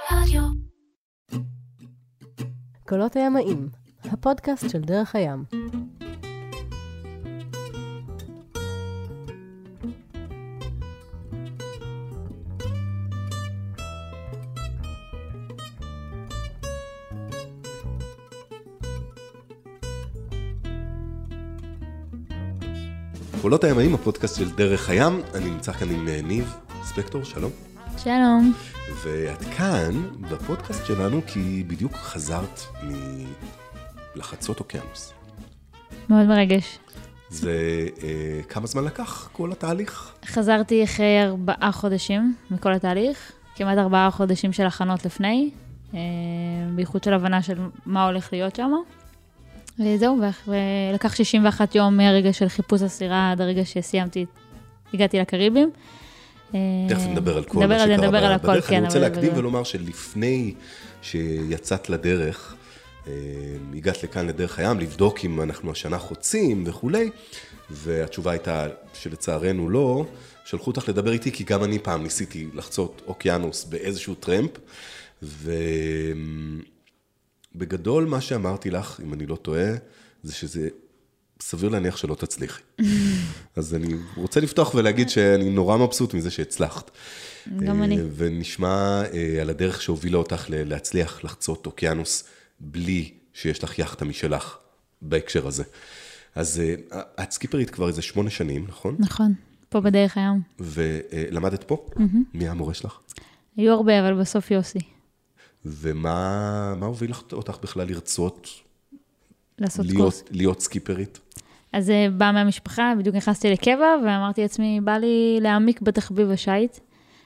רדיו. קולות הימאים, הפודקאסט של דרך הים. קולות הימאים, הפודקאסט של דרך הים. אני נמצא כאן עם ניב ספקטור, שלום. שלום. ואת כאן בפודקאסט שלנו כי בדיוק חזרת מלחצות אוקיינוס. מאוד מרגש. זה כמה זמן לקח כל התהליך? חזרתי אחרי 4 חודשים מכל התהליך, כמעט 4 חודשים של הכנות לפני, בייחוד של הבנה של מה הולך להיות שם. וזהו, ולקח 61 יום מהרגע של חיפוש הסירה עד הרגע שסיימתי, הגעתי לקריבים. תכף נדבר על כל מה שקרה בדרך. אני רוצה להקדים ולומר שלפני שיצאת לדרך, הגעת לכאן לדרך הים, לבדוק אם אנחנו השנה חוצים וכולי, והתשובה הייתה שלצערנו לא, שלחו אותך לדבר איתי, כי גם אני פעם ניסיתי לחצות אוקיינוס באיזשהו טרמפ, ובגדול מה שאמרתי לך, אם אני לא טועה, זה שזה סביר להניח שלא תצליחי. אז אני רוצה לפתוח ולהגיד שאני נורא מבסוט מזה שהצלחת. גם אני. ונשמע על הדרך שהובילה אותך להצליח לחצות אוקיינוס בלי שיש לך יחטה משלך בהקשר הזה. אז את סקיפרית כבר איזה 8 שנים, נכון? נכון, פה בדרך הים. ולמדת פה? מי המורה שלך? היו הרבה, אבל בסוף יוסי. ומה הוביל אותך בכלל לרצות לעשות קורס? להיות סקיפרית? אז זה בא מהמשפחה, בדיוק נכנסתי לקבע, ואמרתי לעצמי, בא לי להעמיק בתחביב השייט.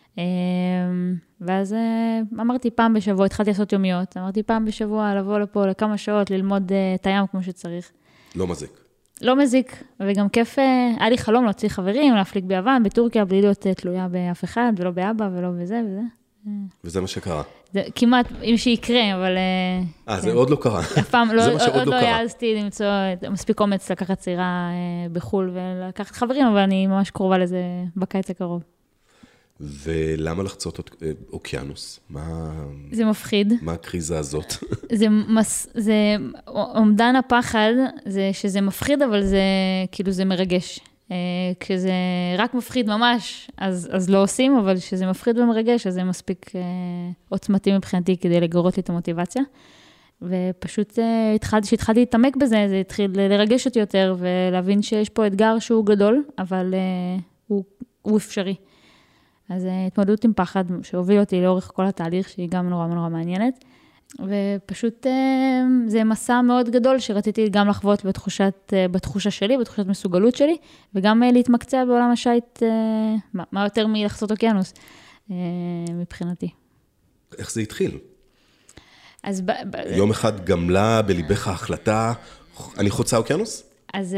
ואז אמרתי פעם בשבוע, התחלתי לעשות יומיות, אמרתי פעם בשבוע לבוא לפה לכמה שעות, ללמוד את הים כמו שצריך. לא מזיק. לא מזיק, וגם כיף, היה לי חלום להוציא חברים, להפליג ביוון, בטורקיה, בלי להיות תלויה באף אחד, ולא באבא, ולא בזה וזה. וזה מה שקרה. זה כמעט, אם שיקרה, אבל... זה עוד לא קרה. אף פעם עוד לא יעזתי למצוא מספיק אומץ לקחת צירה בחול, ולקחת חברים, אבל אני ממש קרובה לזה בקיץ הקרוב. ולמה לחצות אוקיינוס? זה מפחיד. מה הקריזה הזאת? זה עומדן הפחד, זה שזה מפחיד, אבל זה כאילו זה מרגש. כשזה רק מפחיד ממש, אז לא עושים, אבל כשזה מפחיד ומרגש, אז זה מספיק עוצמתי מבחינתי כדי לגרות לי את המוטיבציה. ופשוט כשהתחלתי להתעמק בזה, זה התחיל לרגש אותי יותר, ולהבין שיש פה אתגר שהוא גדול, אבל הוא אפשרי. אז התמודדות עם פחד שהוביל אותי לאורך כל התהליך, שהיא גם נורא נורא מעניינת. ופשוט זה מסע מאוד גדול שרציתי גם לחוות בתחושה שלי, בתחושת מסוגלות שלי, וגם להתמקצע בעולם השייט, מה יותר מלחצות אוקיינוס, מבחינתי. איך זה התחיל? אז יום אחד גמלה בליבך ההחלטה, אני חוצה אוקיינוס? אז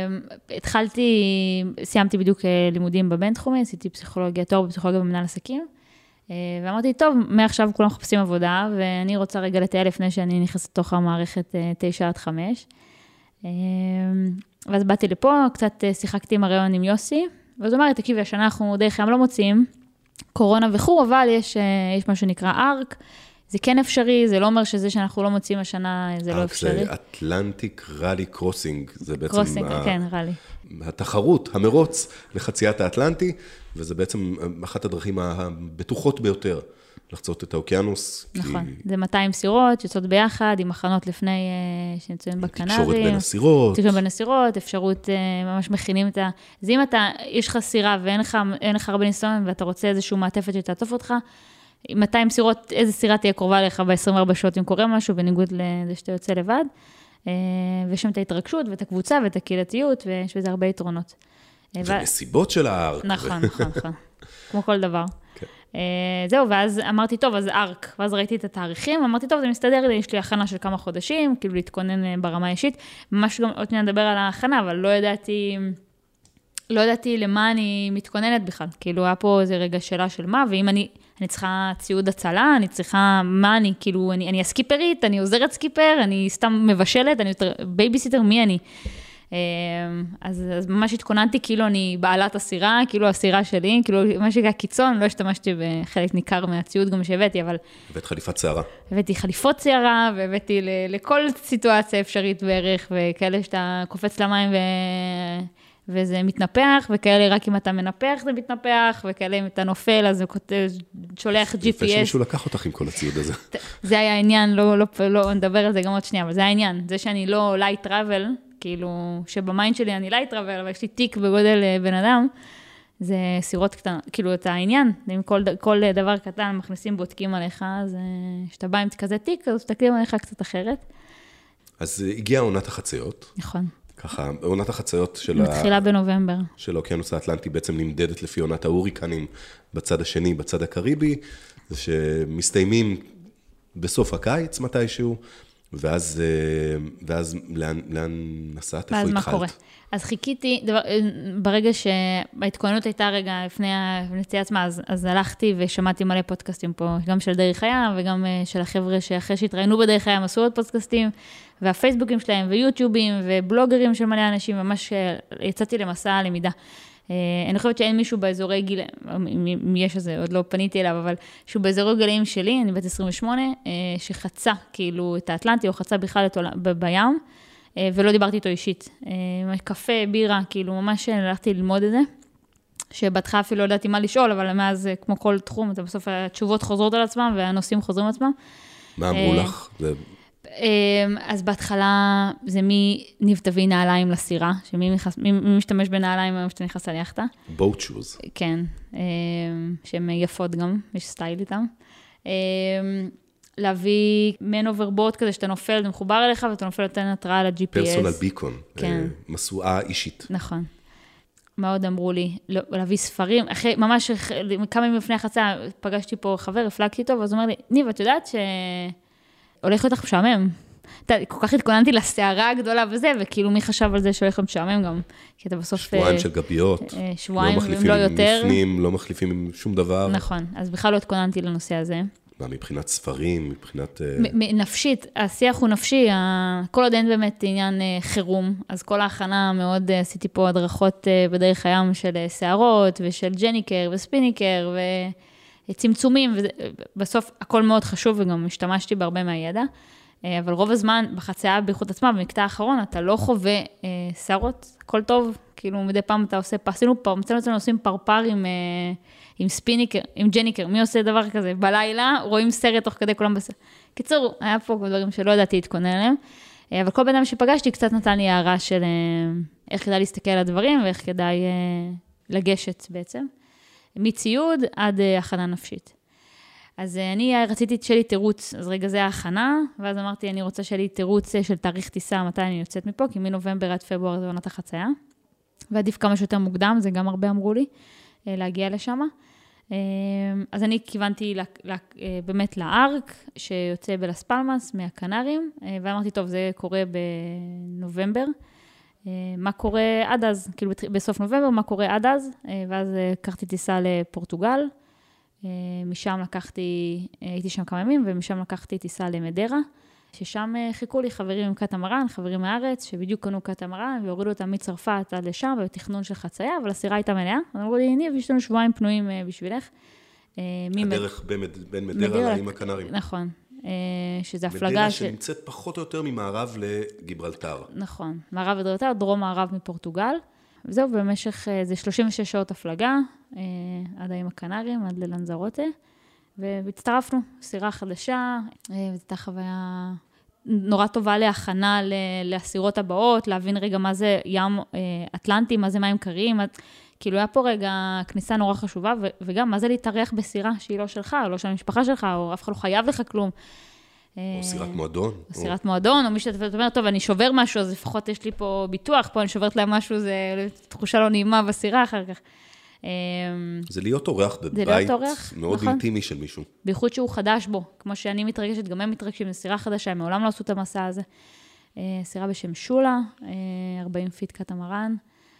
סיימתי בדיוק לימודים בבינתחומי, עשיתי תואר בפסיכולוגיה במנהל עסקים, ואמרתי, טוב, מעכשיו כולם מחפשים עבודה, ואני רוצה רגע לטייל לפני שאני נכנסת לתוך המערכת 9-5. ואז באתי לפה, קצת שיחקתי עם הרעיון עם יוסי, ואז אמרתי, תקשיבי, השנה אנחנו דרך ים לא מוצאים, קורונה וכו', אבל יש מה שנקרא ארק, זה כן אפשרי, זה לא אומר שזה שאנחנו לא מוצאים השנה, זה לא אפשרי. זה אטלנטיק ראלי קרוסינג, זה בעצם קרוסינג, כן, ראלי. התחרות, המרוץ לחציית האטלנטי, וזה בעצם אחת הדרכים הבטוחות ביותר לחצות את האוקיינוס. נכון, זה 200 סירות, שיוצאות ביחד, עם מחנות לפני שנמצאים בקנרים. תקשורת בין הסירות. תקשורת בין הסירות, אפשרות, ממש מכינים את אז אם יש לך סירה ואין לך הרבה ניסיון, ואתה רוצה איזשהו מעטפת שתעטוף אותך, 200 סירות, איזה סירה תהיה קרובה לך ב-24 שעות אם קורה משהו, בניגוד לזה שאתה יוצא לבד. ויש שם את ההתרגשות ואת הקבוצה ואת הקהילתיות, ויש בזה הרבה יתרונות. ומסיבות של הארק. נכון. כמו כל דבר. זהו, ואז אמרתי, טוב, אז ארק. ואז ראיתי את התאריכים, אמרתי, טוב, זה מסתדר לי, יש לי הכנה של כמה חודשים, כאילו להתכונן ברמה אישית. ממש גם עוד מעט נדבר על ההכנה, אבל לא ידעתי למה אני מתכוננת בכלל. כאילו, היה פה איזה רגע שאלה של מה, ואם אני צריכה ציוד הצלה, אני צריכה, מה אני, כאילו, אני הסקיפרית, אני עוזרת סקיפר, אני סתם מבשלת, אני יותר בייביסיטר, מי אני? אז ממש התכוננתי, כאילו אני בעלת הסירה, כאילו הסירה שלי, כאילו מה שהיה קיצון, לא השתמשתי בחלק ניכר מהציוד גם שהבאתי, אבל... הבאת חליפת שערה. הבאתי חליפות שערה, והבאתי לכל סיטואציה אפשרית בערך, וכאלה שאתה קופץ למים וזה מתנפח, וכאלה רק אם אתה מנפח זה מתנפח, וכאלה אם אתה נופל, אז זה שולח GPS. יפה שמישהו לקח אותך עם כל הציוד הזה. זה היה העניין, לא נדבר על זה גם עוד שנייה, אבל זה העניין, זה שאני לא light travel, כאילו שבמיינד שלי אני light travel, אבל יש לי תיק בגודל בן אדם, זה סירות קטנות, כאילו את העניין, אם כל דבר קטן מכניסים בודקים עליך, אז שאתה בא עם כזה תיק, אז תקדים עליך קצת אחרת. אז הגיעה עונת החציות. נכון. ככה, עונת החציות מתחילה בנובמבר. של האוקיינוס האטלנטי בעצם נמדדת לפי עונת ההוריקנים בצד השני, בצד הקריבי, זה שמסתיימים בסוף הקיץ מתישהו, ואז לאן נסעת? איפה התחלת? מה קורה? אז חיכיתי, ברגע שההתכוננות הייתה רגע לפני הנסיעה עצמה, אז הלכתי ושמעתי מלא פודקאסטים פה, גם של דרך הים וגם של החבר'ה שאחרי שהתראינו בדרך הים עשו עוד פודקאסטים, והפייסבוקים שלהם ויוטיובים ובלוגרים של מלא אנשים, ממש יצאתי למסע הלמידה. אני חושבת שאין מישהו באזורי גיל, אם יש איזה, עוד לא פניתי אליו, אבל שהוא באזורי גילאים שלי, אני בת 28, שחצה כאילו את האטלנטי, או חצה בכלל בים, ולא דיברתי איתו אישית. קפה, בירה, כאילו ממש הלכתי ללמוד את זה, שבהתחלה אפילו לא ידעתי מה לשאול, אבל מאז, כמו כל תחום, אתה בסוף התשובות חוזרות על עצמם, והנושאים חוזרים על עצמם. מה אמרו לך? אז בהתחלה זה מי תביא נעליים לסירה, שמי משתמש בנעליים היום שאתה נכנס על יחטה. boat shoes. כן, שהן יפות גם, יש סטייל איתם. להביא man overboard כזה שאתה נופל, זה מחובר אליך, ואתה נופל לתן התראה ל-GPS. פרסונל ביקון, כן. מסועה אישית. נכון. מה עוד אמרו לי? להביא ספרים, ממש כמה ימים לפני החצה, פגשתי פה חבר, הפלגתי איתו, ואז הוא אומר לי, ניב, את יודעת הולך להיות לך משעמם. כל כך התכוננתי לסערה הגדולה וזה, וכאילו מי חשב על זה שהולך להיות משעמם גם. כי אתה בסוף... שבועיים של גביות. שבועיים, אם לא יותר. מפנים, לא מחליפים עם שום דבר. נכון, אז בכלל לא התכוננתי לנושא הזה. מה, מבחינת ספרים, מבחינת... נפשית, השיח הוא נפשי, כל עוד אין באמת עניין חירום, אז כל ההכנה מאוד, עשיתי פה הדרכות בדרך הים של סערות, ושל ג'ניקר וספיניקר, צמצומים, ובסוף הכל מאוד חשוב, וגם השתמשתי בהרבה מהידע, אבל רוב הזמן בחצייה באיכות עצמה, במקטע האחרון, אתה לא חווה סערות, הכל טוב, כאילו מדי פעם אתה עושה, מצאנו עושים פרפר עם ספיניקר, עם ג'ניקר, מי עושה דבר כזה? בלילה רואים סרט תוך כדי כולם בסרט. קיצור, היה פה דברים שלא ידעתי להתכונן עליהם, אבל כל בן אדם שפגשתי קצת נתן לי הערה של איך כדאי להסתכל על הדברים, ואיך כדאי לגשת בעצם. מציוד עד הכנה נפשית. אז אני רציתי שיהיה לי תירוץ, אז רגע זה ההכנה, ואז אמרתי, אני רוצה שיהיה לי תירוץ של תאריך טיסה, מתי אני יוצאת מפה, כי מנובמבר עד פברואר זה עונת החצייה, ועדיף כמה שיותר מוקדם, זה גם הרבה אמרו לי, להגיע לשם. אז אני כיוונתי באמת לארק, שיוצא בלס פלמאס, מהקנרים, ואמרתי, טוב, זה קורה בנובמבר, מה קורה עד אז, כאילו בסוף נובמבר, מה קורה עד אז, ואז לקחתי טיסה לפורטוגל, משם הייתי שם כמה ימים, ומשם לקחתי טיסה למדרה, ששם חיכו לי חברים עם קטמרן, חברים מהארץ, שבדיוק קנו קטמרן, והורידו אותם מצרפת עד לשם, בתכנון של חצייה, אבל הסירה הייתה מלאה, אז אמרו לי, ניב, יש לנו שבועיים פנויים בשבילך. הדרך בין מדרה עם הקנרים. נכון. שזה הפלגה מדרה שנמצאת פחות או יותר ממערב לגיברלטר. נכון, מערב לגיברלטר, דרום מערב מפורטוגל, וזהו, במשך, זה 36 שעות הפלגה, עד עם הקנרים, עד ללנזרוטה, והצטרפנו, סירה חדשה, וזו הייתה חוויה נורא טובה להכנה לסירות הבאות, להבין רגע מה זה ים אטלנטי, מה זה מים קרים, כאילו היה פה רגע כניסה נורא חשובה, וגם מה זה להתארח בסירה שהיא לא שלך, או לא של המשפחה שלך, או אף אחד לא חייב לך כלום. או סירת מועדון. או סירת מועדון, או מי שאתה אומר, טוב, אני שובר משהו, אז לפחות יש לי פה ביטוח, פה אני שוברת להם משהו, זה תחושה לא נעימה בסירה אחר כך. זה להיות אורח בבית מאוד אינטימי של מישהו. בייחוד שהוא חדש בו, כמו שאני מתרגשת, גם הם מתרגשים, זו סירה חדשה, הם מעולם לא עשו את המסע הזה. סירה בשם שולה, 40 פיט קטמרן,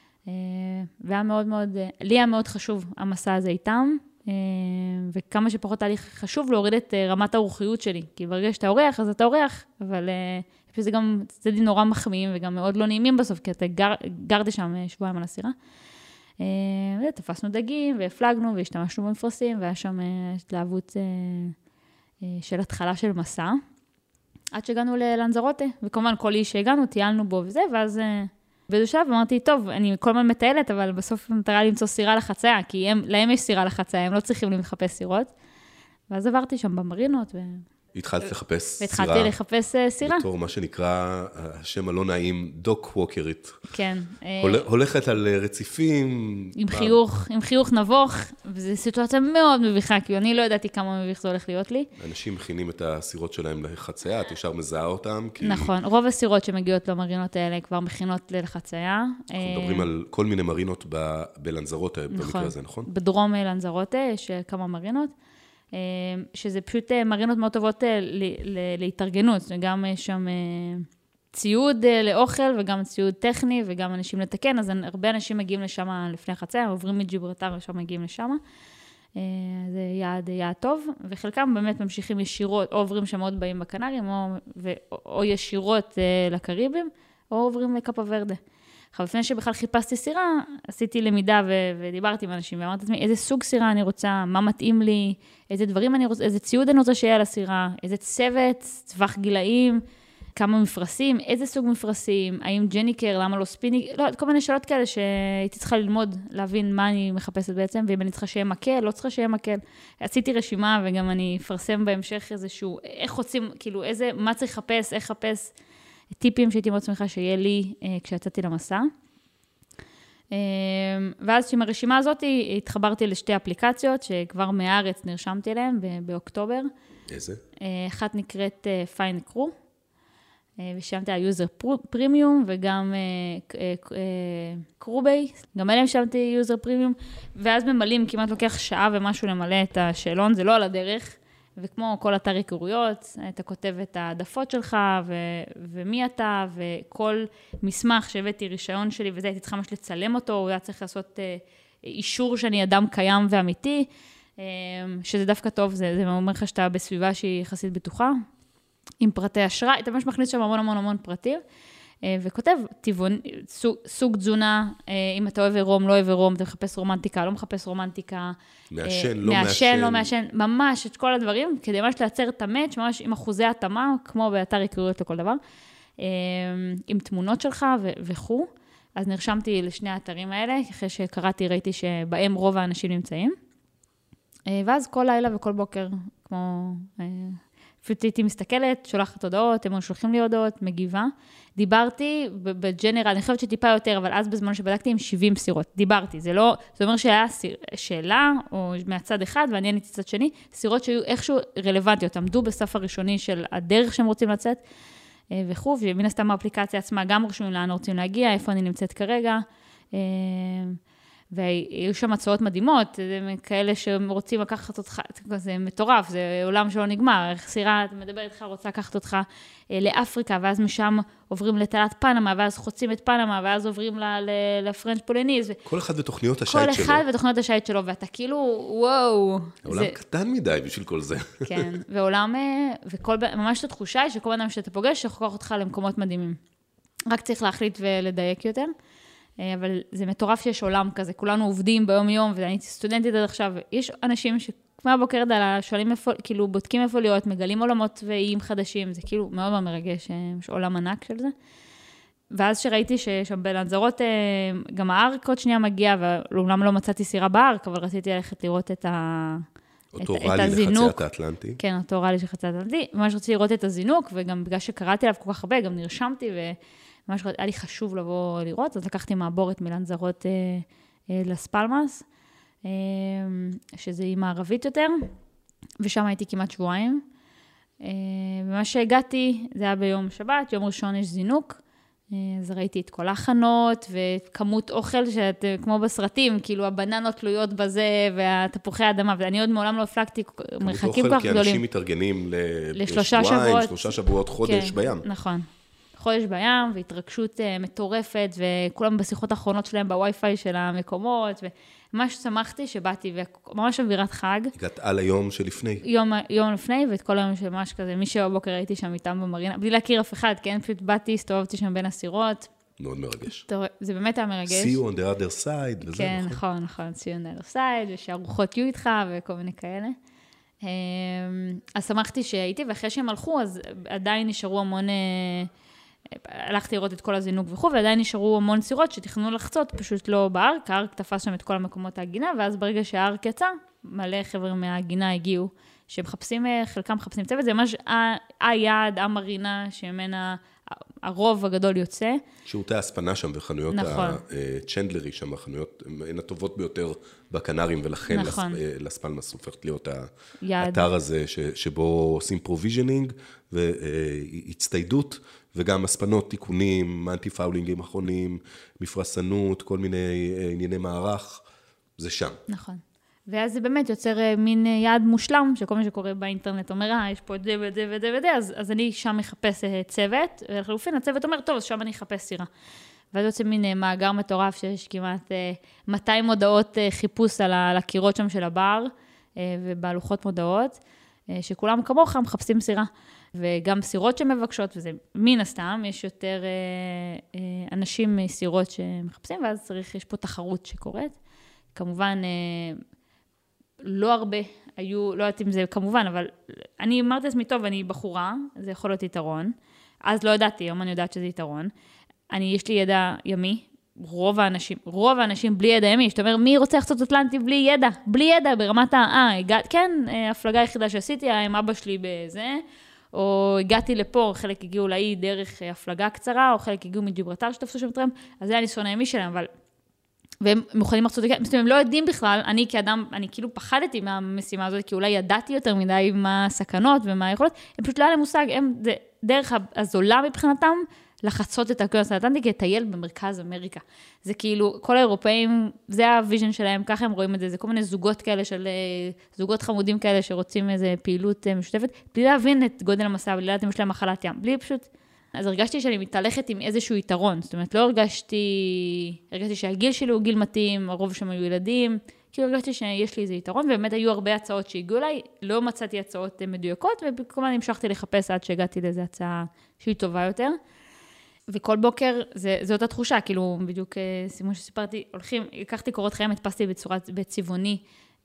והיה מאוד מאוד, לי היה מאוד חשוב המסע הזה איתם, וכמה שפחות היה לי חשוב להוריד את רמת האורחיות שלי, כי ברגע שאתה אורח, אז אתה אורח, אבל וזה גם צדדים נורא מחמיאים, וגם מאוד לא נעימים בסוף, כי אתה גרתי שם שבועיים על הסירה. תפסנו דגים, והפלגנו, והשתמשנו במפרשים, והיה שם התלהבות של התחלה של מסע, עד שהגענו ללנזרוטה, וכמובן כל איש שהגענו, טיילנו בו וזה, ואז באיזשהו שלב אמרתי, טוב, אני כל הזמן מטיילת, אבל בסוף המטרה למצוא סירה לחצייה, כי להם יש סירה לחצייה, הם לא צריכים לחפש סירות. ואז עברתי שם במרינות. התחלת לחפש סירה. והתחלתי לחפש סירה. בתור מה שנקרא, השם הלא נעים, דוק ווקרית. כן. הולכת על רציפים. עם חיוך נבוך, וזו סיטואציה מאוד מביכה, כי אני לא ידעתי כמה מביך זה הולך להיות לי. אנשים מכינים את הסירות שלהם לחצייה, את ישר מזהה אותם. נכון, רוב הסירות שמגיעות למרינות האלה כבר מכינות לחצייה. אנחנו מדברים על כל מיני מרינות בלנזרוטה, במקרה הזה, נכון? בדרום לנזרוטה יש כמה מרינות. שזה פשוט מרינות מאוד טובות להתארגנות, גם יש שם ציוד לאוכל וגם ציוד טכני וגם אנשים לתקן, אז הרבה אנשים מגיעים לשם לפני החצייה, עוברים מג'יברלטר ושם מגיעים לשם, זה יעד טוב, וחלקם באמת ממשיכים ישירות, או עוברים שם עוד באים בקנרים, או ישירות לקריבים, או עוברים לקפה ורדה. עכשיו, לפני שבכלל חיפשתי סירה, עשיתי למידה ודיברתי עם אנשים, ואמרתי לעצמי, איזה סוג סירה אני רוצה, מה מתאים לי, איזה דברים אני רוצה, איזה ציוד אני רוצה שיהיה לסירה, איזה צוות, טווח גילאים, כמה מפרסים, איזה סוג מפרסים, האם ג'ניקר, למה לא ספיניק, לא, כל מיני שאלות כאלה שהייתי צריכה ללמוד, להבין מה אני מחפשת בעצם, ואם אני צריכה שיהיה מקל, לא צריכה שיהיה מקל. עשיתי רשימה, וגם אני אפרסם בהמשך איזשהו, איך רוצים, כאילו, מה צריך לחפש, איך לחפש, טיפים שהייתי מאוד שמחה שיהיה לי כשיצאתי למסע. ואז עם הרשימה הזאת התחברתי לשתי אפליקציות שכבר מהארץ נרשמתי אליהן באוקטובר. איזה? אחת נקראת Find Crew, ושמתי על User Premium וגם Crewbase, גם אליהם שמתי User Premium, ואז ממלאים, כמעט לוקח שעה ומשהו למלא את השאלון, זה לא על הדרך. וכמו כל אתר היכרויות, אתה כותב את העדפות שלך, ומי אתה, וכל מסמך שהבאתי רישיון שלי, וזה הייתי צריכה ממש לצלם אותו, הוא היה צריך לעשות אישור שאני אדם קיים ואמיתי, שזה דווקא טוב, זה אומר לך שאתה בסביבה שהיא יחסית בטוחה, עם פרטי אשראי, אתה ממש מכניס שם המון המון המון פרטים, וכותב סוג תזונה, אם אתה אוהב עירום, לא אוהב עירום, אתה מחפש רומנטיקה, לא מחפש רומנטיקה, מעשן, לא מעשן, ממש את כל הדברים, כדי ממש לייצר את המאץ' ממש עם אחוזי התאמה, כמו באתר היכרויות לכל דבר, עם תמונות שלך וכו'. אז נרשמתי לשני האתרים האלה, אחרי שקראתי, ראיתי שבהם רוב האנשים נמצאים. ואז כל לילה וכל בוקר, כמו... פשוט הייתי מסתכלת, שולחת הודעות, הם שולחים לי הודעות, מגיבה. דיברתי בג'נרל, אני חושבת שטיפה יותר, אבל אז בזמן שבדקתי עם 70 סירות. דיברתי, זה אומר שהיה שאלה, או מהצד אחד, ואני עניתי צד שני, סירות שהיו איכשהו רלוונטיות, עמדו בסף הראשוני של הדרך שהם רוצים לצאת, וכו', ומן הסתם האפליקציה עצמה גם רשומים לאן רוצים להגיע, איפה אני נמצאת כרגע, והיו שם הצעות מדהימות, כאלה שרוצים לקחת אותך, זה מטורף, זה עולם שלא נגמר, איך סירה, אתה מדבר איתך, רוצה לקחת אותך לאפריקה, ואז משם עוברים לתעלת פנמה, ואז חוצים את פנמה, ואז עוברים לפרנץ' פולניז. כל אחד ותוכניות השייט שלו. כל אחד ותוכניות השייט שלו, ואתה כאילו, וואו. העולם קטן מדי בשביל כל זה. כן, ועולם, ממש את התחושה היא שכל אדם שאתה פוגש, יחוקח אותך למקומות מדהימים. רק צריך להחליט ולדייק יותר. אבל זה מטורף שיש עולם כזה, כולנו עובדים ביום יום, ואני הייתי סטודנטית עד עכשיו, יש אנשים שכמו הבוקר דלה, שואלים איפה, כאילו בודקים איפה להיות, מגלים עולמות ואיים חדשים, זה כאילו מאוד מאוד מרגש, יש עולם ענק של זה. ואז שראיתי ששם בלנזרות, גם הארק עוד שנייה מגיע, ואומנם לא מצאתי סירה בארק, אבל רציתי ללכת לראות את אותו רלי לחציית האטלנטי. כן, אותו רלי לחציית האטלנטי, ממש רציתי לראות את הזינוק, וגם בגלל שקראתי עליו כל כך הרבה, גם נרשמתי ממש היה לי חשוב לבוא לראות, אז לקחתי מעבורת מלנזרות לס פלמאס, שזה היא מערבית יותר, ושם הייתי כמעט שבועיים. ומה שהגעתי, זה היה ביום שבת, יום ראשון יש זינוק, אז ראיתי את כל ההכנות, וכמות אוכל, כמו בסרטים, כאילו הבננות תלויות בזה, והתפוחי האדמה, ואני עוד מעולם לא הפלגתי מרחקים כך גדולים. כי אנשים מתארגנים לשבועיים, 3 שבועות, חודש בים. נכון. חודש בים, והתרגשות מטורפת, וכולם בשיחות האחרונות שלהם בווי-פיי של המקומות, וממש שמחתי שבאתי, וממש אווירת חג. הגעת על היום שלפני. יום לפני, ואת כל היום שממש כזה, מי שבבוקר הייתי שם איתם במרינה, בלי להכיר אף אחד, כן, פשוט באתי, הסתובבתי שם בין הסירות. מאוד מרגש. זה באמת היה מרגש. See you on the other side, וזה כן, נכון. See you on the other side, ושהרוחות יהיו איתך, וכל מיני כאלה. אז שמחתי שהייתי, ואחרי שהם הלכו, אז עדיין נשארו המון, הלכתי לראות את כל הזינוק וכו', ועדיין נשארו המון סירות שתכננו לחצות, פשוט לא בארק, הארק תפס שם את כל המקומות ההגינה, ואז ברגע שהארק יצא, מלא חבר'ה מההגינה הגיעו, שמחפשים, חלקם מחפשים צוות, זה ממש היעד, המרינה, שממנה הרוב הגדול יוצא. שירותי ההספנה שם וחנויות הצ'נדלרי שם, החנויות הן הטובות ביותר בקנרים, ולכן לס פלמאס הופכת להיות האתר הזה, שבו עושים פרוביז'נינג והצטיידות, וגם הספנות, תיקונים, אנטי-פאולינגים אחרונים, מפרסנות, כל מיני ענייני מערך, זה שם. נכון. ואז זה באמת יוצר מין יעד מושלם, שכל מה שקורה באינטרנט אומר, יש פה את זה ואת זה ואת זה ואת זה, אז אני שם מחפש צוות, ולחלופין הצוות אומר, טוב, אז שם אני אחפש סירה. ואז יוצא מין מאגר מטורף, שיש כמעט 200 מודעות חיפוש על הקירות שם של הבר, ובהלוחות מודעות, שכולם כמוך מחפשים סירה. וגם סירות שמבקשות, וזה מן הסתם, יש יותר אנשים מסירות שמחפשים, ואז יש פה תחרות שקורית. כמובן, לא הרבה היו, לא יודעת אם זה כמובן, אבל אני אמרתי לעצמי, טוב, אני בחורה, זה יכול להיות יתרון. אז לא ידעתי, היום אני יודעת שזה יתרון. יש לי ידע ימי, רוב האנשים בלי ידע ימי. זאת אומרת, מי רוצה לחצות אטלנטי בלי ידע, ברמת כן, הפלגה היחידה שעשיתי, עם אבא שלי בזה, או הגעתי לפה, חלק הגיעו לאי דרך הפלגה קצרה, או חלק הגיעו מג'יברלטר שתפסו שם טרם, אז זה היה ניסיון הימי שלהם, אבל והם מוכנים לחצות, זאת אומרת, הם לא יודעים בכלל, אני כאדם, אני כאילו פחדתי מהמשימה הזאת, כי אולי ידעתי יותר מדי מה הסכנות ומה היכולות, הם פשוט לא היה להם מושג, הם דרך הזולה מבחינתם, לחצות את האוקיינוס האטלנטי, לטייל במרכז אמריקה. זה כאילו, כל האירופאים, זה הוויז'ן שלהם, ככה הם רואים את זה, זה כל מיני זוגות כאלה זוגות חמודים כאלה, שרוצים איזו פעילות משותפת, בלי להבין את גודל המסע, בלי לדעת אם יש להם מחלת ים, בלי פשוט אז הרגשתי שאני מתהלכת עם איזשהו יתרון, זאת אומרת, לא הרגשתי שהגיל שלי הוא גיל מתאים, הרוב שם היו ילדים, כאילו הרגשתי שיש לי איזה יתרון, ובאמת היו הרבה הצעות שהגיעו אליי, לא מצאתי הצעות מדויקות, וכמובן המשכתי לחפש עד שהגעתי לאיזו הצעה שהיא טובה יותר. וכל בוקר, זו אותה תחושה, כאילו בדיוק סימון שסיפרתי, לקחתי קורות חיים, הדפסתי בצבעוני,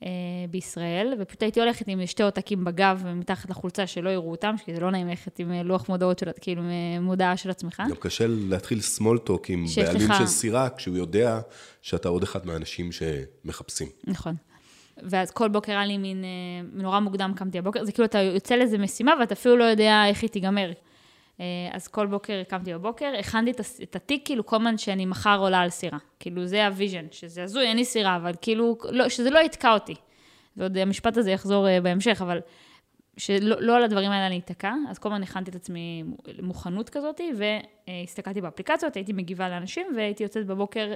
בישראל, ופשוט הייתי הולכת עם שתי עותקים בגב מתחת לחולצה שלא יראו אותם, כי זה לא נעים ללכת עם לוח מודעות של, כאילו מודעה של עצמך. גם קשה להתחיל סמולטוק עם בעלים של סירה, כשהוא יודע שאתה עוד אחד מהאנשים שמחפשים. נכון. ואז כל בוקר היה לי מין נורא מוקדם קמתי הבוקר, זה כאילו אתה יוצא לאיזה משימה, ואתה אפילו לא יודע איך היא תיגמר. אז כל בוקר קמתי בבוקר, הכנתי את התיק, כאילו כל הזמן שאני מחר עולה על סירה. כאילו זה הוויז'ן, שזה הזוי, אין לי סירה, אבל כאילו, שזה לא יתקע אותי. ועוד המשפט הזה יחזור בהמשך, אבל שלא על הדברים האלה אני יתקע, אז כל הזמן הכנתי את עצמי מוכנות כזאת, והסתכלתי באפליקציות, הייתי מגיבה לאנשים, והייתי יוצאת בבוקר,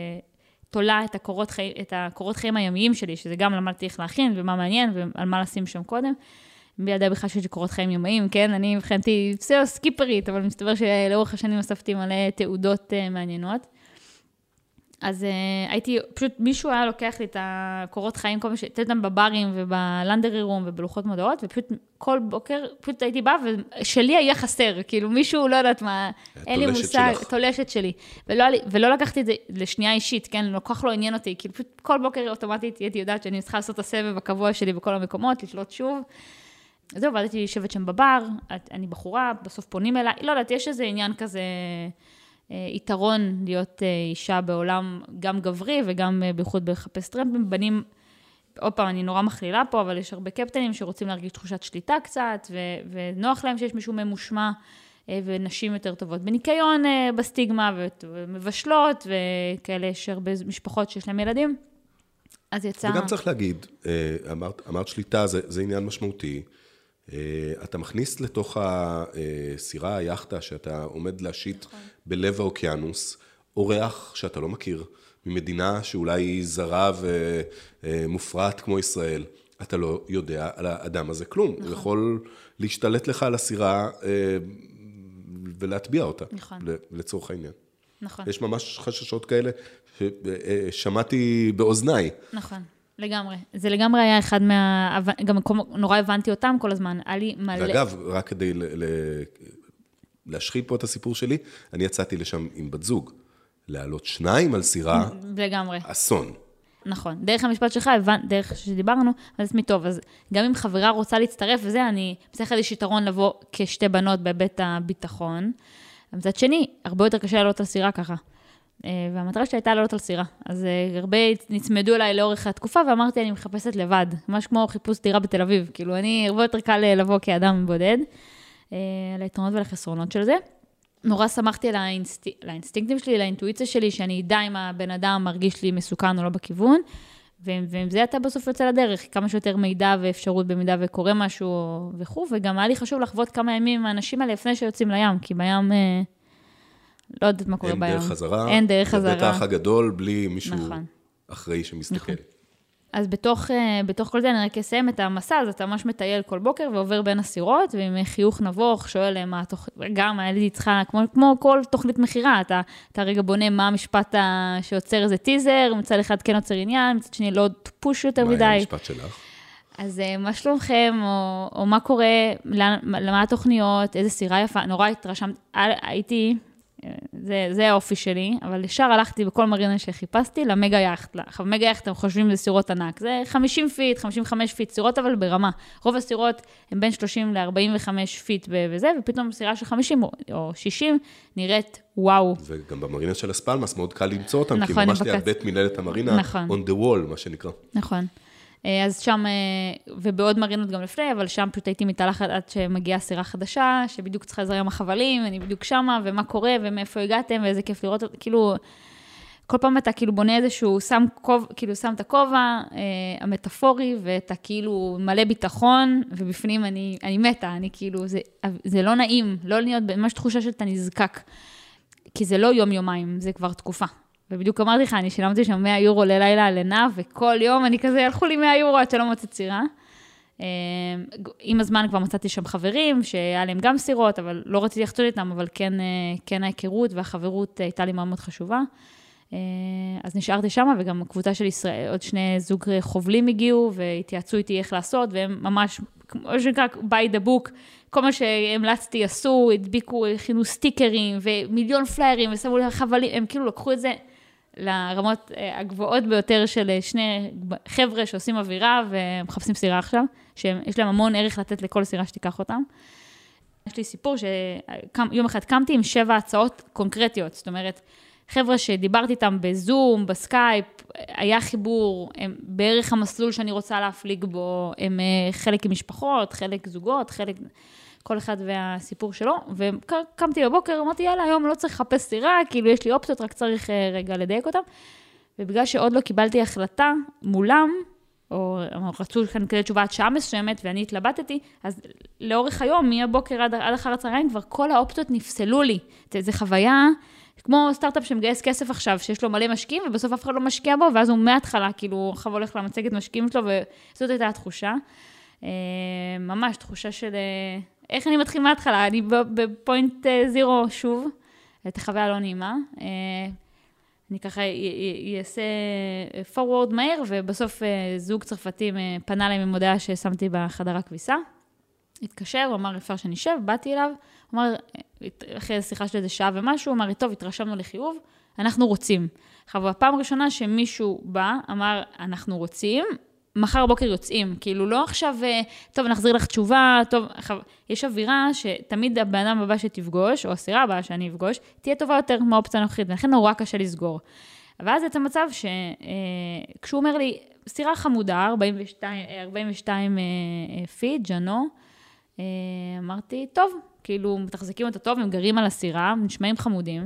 תולה את הקורות חיים הימיים שלי, שזה גם למדתי איך להכין, ומה מעניין, ועל מה לשים שם קודם. בידע בכלל שיש לי קורות חיים יומיים, כן? אני מבחינתי סקיפרית, אבל מסתבר שלאורך השנים אספתי מלא תעודות מעניינות. אז הייתי, פשוט מישהו היה לוקח לי את הקורות חיים, כל מה שהייתי אותם בברים ובלנדרי רום ובלוחות מודעות, ופשוט כל בוקר, פשוט הייתי באה, ושלי היה חסר, כאילו מישהו לא יודעת מה, אין לי מושג, תולשת שלי. ולא לקחתי את זה לשנייה אישית, כן? לא כך לא עניין אותי, כאילו פשוט כל בוקר אוטומטית הייתי יודעת שאני צריכה לעשות את הסבב הקבוע שלי בכל המקומות, לשלוט שוב. זהו, ועדיתי לשבת שם בבר, אני בחורה, בסוף פונים אליי, לא יודעת, יש איזה עניין כזה, יתרון להיות אישה בעולם גם גברי, וגם בייחוד בחפש טרמפים, בנים, עוד פעם, אני נורא מכלילה פה, אבל יש הרבה קפטנים שרוצים להרגיש תחושת שליטה קצת, ונוח להם שיש מישהו ממושמע, ונשים יותר טובות בניקיון, בסטיגמה, ומבשלות, וכאלה יש הרבה משפחות שיש להם ילדים, אז יצא... וגם צריך להגיד, אמרת שליטה, זה עניין משמעותי, אתה מכניס לתוך הסירה, היחדה, שאתה עומד להשיט בלב האוקיינוס, אורח שאתה לא מכיר, ממדינה שאולי היא זרה ומופרעת כמו ישראל, אתה לא יודע על האדם הזה כלום. הוא יכול להשתלט לך על הסירה ולהטביע אותה, נכון. לצורך העניין. נכון. יש ממש חששות כאלה ששמעתי באוזניי. נכון, לגמרי. זה לגמרי היה אחד גם נורא הבנתי אותם כל הזמן, היה לי מלא... ואגב, רק כדי להשחיל פה את הסיפור שלי, אני יצאתי לשם עם בת זוג, להעלות 2 על סירה, לגמרי. אסון. נכון. דרך המשפט שלך, דרך שדיברנו, אז עצמי טוב. אז גם אם חברה רוצה להצטרף וזה, אני בסך הכל יש יתרון לבוא כשתי בנות בבית הביטחון. מצד שני, הרבה יותר קשה לעלות על סירה ככה. והמטרה שלי הייתה לעלות על סירה. אז הרבה נצמדו אליי לאורך התקופה, ואמרתי, אני מחפשת לבד. ממש כמו חיפוש דירה בתל אביב. כאילו, הרבה יותר קל לבוא כאדם בודד, ליתרונות ולחסרונות של זה. נורא שמחתי לאינסטינקטים שלי, לאינטואיציה שלי, שאני אדע אם הבן אדם מרגיש לי מסוכן או לא בכיוון, ועם זה אתה בסוף יוצא לדרך, כמה שיותר מידע ואפשרות במידה וקורה משהו וכו', וגם היה לי חשוב לחוות כמה ימים עם האנשים האלה לפני שיוצאים לים, כי בים, לא יודעת מה קורה בים. אין דרך חזרה. אין דרך חזרה. זה בטח הגדול בלי מישהו נכון. אחראי שמסתכל. נכון. אז בתוך כל זה אני רק אסיים את המסע, אז אתה ממש מטייל כל בוקר ועובר בין הסירות, ועם חיוך נבוך, שואל מה גם הילד צריכה, כמו כל תוכנית מחירה, אתה רגע בונה מה המשפט שיוצר איזה טיזר, מצד אחד כן יוצר עניין, מצד שני לא פוש יותר מדי. מה היה המשפט שלך? אז מה שלומכם, או מה קורה, למה התוכניות, איזה סירה יפה, נורא התרשמת, הייתי... זה האופי שלי, אבל ישר הלכתי בכל מרינה שחיפשתי למגה יאכט. מגה יאכט, הם חושבים לסירות ענק. זה 50 פיט, 55 פיט, סירות אבל ברמה. רוב הסירות הם בין 30 ל-45 פיט וזה, ופתאום סירה של 50 או 60 נראית וואו. וגם במרינה של הספלמס מאוד קל למצוא אותם, נכון, כי ממש ליד בית מנהלת המרינה, נכון. on the wall, מה שנקרא. נכון. אז שם, ובעוד מרינות גם לפני, אבל שם פשוט הייתי מתהלכת עד שמגיעה סירה חדשה, שבדיוק צריכה לזרם החבלים, אני בדיוק שמה, ומה קורה, ומאיפה הגעתם, ואיזה כיף לראות, כאילו, כל פעם אתה כאילו בונה איזשהו, שם את הכובע המטאפורי, ואתה כאילו מלא ביטחון, ובפנים אני מתה, אני כאילו, זה לא נעים, לא להיות, ממש תחושה שאתה נזקק, כי זה לא יום-יומיים, זה כבר תקופה. ובדיוק אמרתי לך, אני שילמתי שם 100 יורו ללילה ללינה, וכל יום אני כזה, הלכו לי 100 יורו עד שלא מוצאת סירה. עם הזמן כבר מצאתי שם חברים, שהיה להם גם סירות, אבל לא רציתי לחצות איתם, אבל כן ההיכרות והחברות הייתה לי מאוד מאוד חשובה. אז נשארתי שם, וגם קבוצה של ישראל, עוד 2 זוג חובלים הגיעו, והתייעצו איתי איך לעשות, והם ממש, כמו שנקרא, by the book, כל מה שהמלצתי עשו, הדביקו, הכינו סטיקרים, ומיליון פליירים, ושמו לי חבלים, הם כאילו לקחו את זה לרמות הגבוהות ביותר של 2 חבר'ה שעושים אווירה, ומחפשים סירה עכשיו, שיש להם המון ערך לתת לכל סירה שתיקח אותם. יש לי סיפור שיום אחד קמתי עם 7 הצעות קונקרטיות, זאת אומרת, חבר'ה שדיברתי איתם בזום, בסקייפ, היה חיבור, הם בערך המסלול שאני רוצה להפליג בו, הם חלק עם משפחות, חלק זוגות, חלק, כל אחד והסיפור שלו, וקמתי בבוקר, אמרתי, יאללה, היום לא צריך לחפש סירה, כאילו יש לי אופציות, רק צריך רגע לדייק אותם, ובגלל שעוד לא קיבלתי החלטה מולם, או רצו כאן כדי תשובה עד שעה מסוימת, ואני התלבטתי, אז לאורך היום, מהבוקר עד אחר הצהריים, כבר כל האופציות נפסלו לי. זה חוויה, כמו סטארט-אפ שמגייס כסף עכשיו, שיש לו מלא משקיעים, ובסוף אף אחד לא משקיע בו, ואז הוא מההתחלה, כאילו, חב הולך למצגת משקיעים שלו, וזאת הייתה התחושה. ממש תחושה של, איך אני מתחיל מההתחלה? אני בפוינט 0 שוב, את החוויה לא נעימה. אני ככה אעשה forward מהר, ובסוף זוג צרפתים פנה להם עם הודעה ששמתי בחדר הכביסה. התקשר, הוא אמר, אפשר שנשב, באתי אליו, הוא אמר, אחרי שיחה של איזה שעה ומשהו, הוא אמר, טוב, התרשמנו לחיוב, אנחנו רוצים. עכשיו, הפעם הראשונה שמישהו בא, אמר, אנחנו רוצים, מחר בוקר יוצאים, כאילו לא עכשיו, טוב, נחזיר לך תשובה, טוב, יש אווירה שתמיד הבן אדם הבא שתפגוש, או הסירה הבאה שאני אפגוש, תהיה טובה יותר מהאופציה הנוכחית, ולכן נורא קשה לסגור. ואז זה מצב שכשהוא אומר לי, סירה חמודה, 42 פיט, ג'אנו, אמרתי, טוב, כאילו, מתחזקים אותה טוב, הם גרים על הסירה, נשמעים חמודים.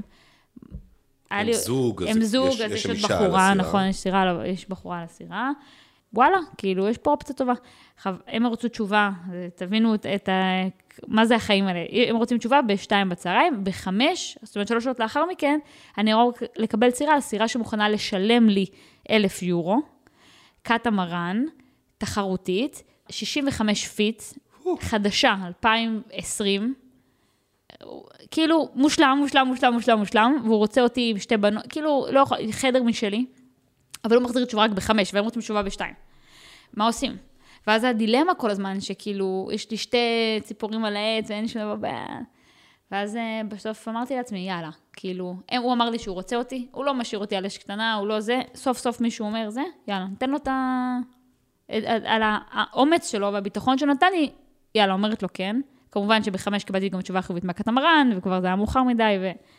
הם זוג, אז יש עוד בחורה, נכון, יש בחורה על הסירה. וואלה, כאילו, יש פה אופציה טובה. הם רוצו תשובה, תבינו מה זה החיים האלה. הם רוצים תשובה ב-2 בצהריים, ב-5, זאת אומרת 3 שעות לאחר מכן, אני אמור לקבל סירה שמוכנה לשלם לי 1,000 יורו, קטמרן, תחרותית, 65 פיט, חדשה, 2020, כאילו מושלם, והוא רוצה אותי עם 2 בנות, כאילו לא יכול, חדר משלי, אבל הוא מחזיר תשובה רק ב5, והם רוצים תשובה ב2. מה עושים? ואז הדילמה כל הזמן, שכאילו, יש לי 2 ציפורים על העץ, ואין שום דבר בעיה. ואז בסוף אמרתי לעצמי, יאללה, כאילו, הוא אמר לי שהוא רוצה אותי, הוא לא משאיר אותי על אש קטנה, הוא לא זה, סוף סוף מישהו אומר זה, יאללה, נתן לו על האומץ שלו והביטחון שנתן לי, יאללה, אומרת לו כן. כמובן שב5 קיבלתי גם תשובה חיובית מהקטמרן, וכבר זה היה מאוחר מדי,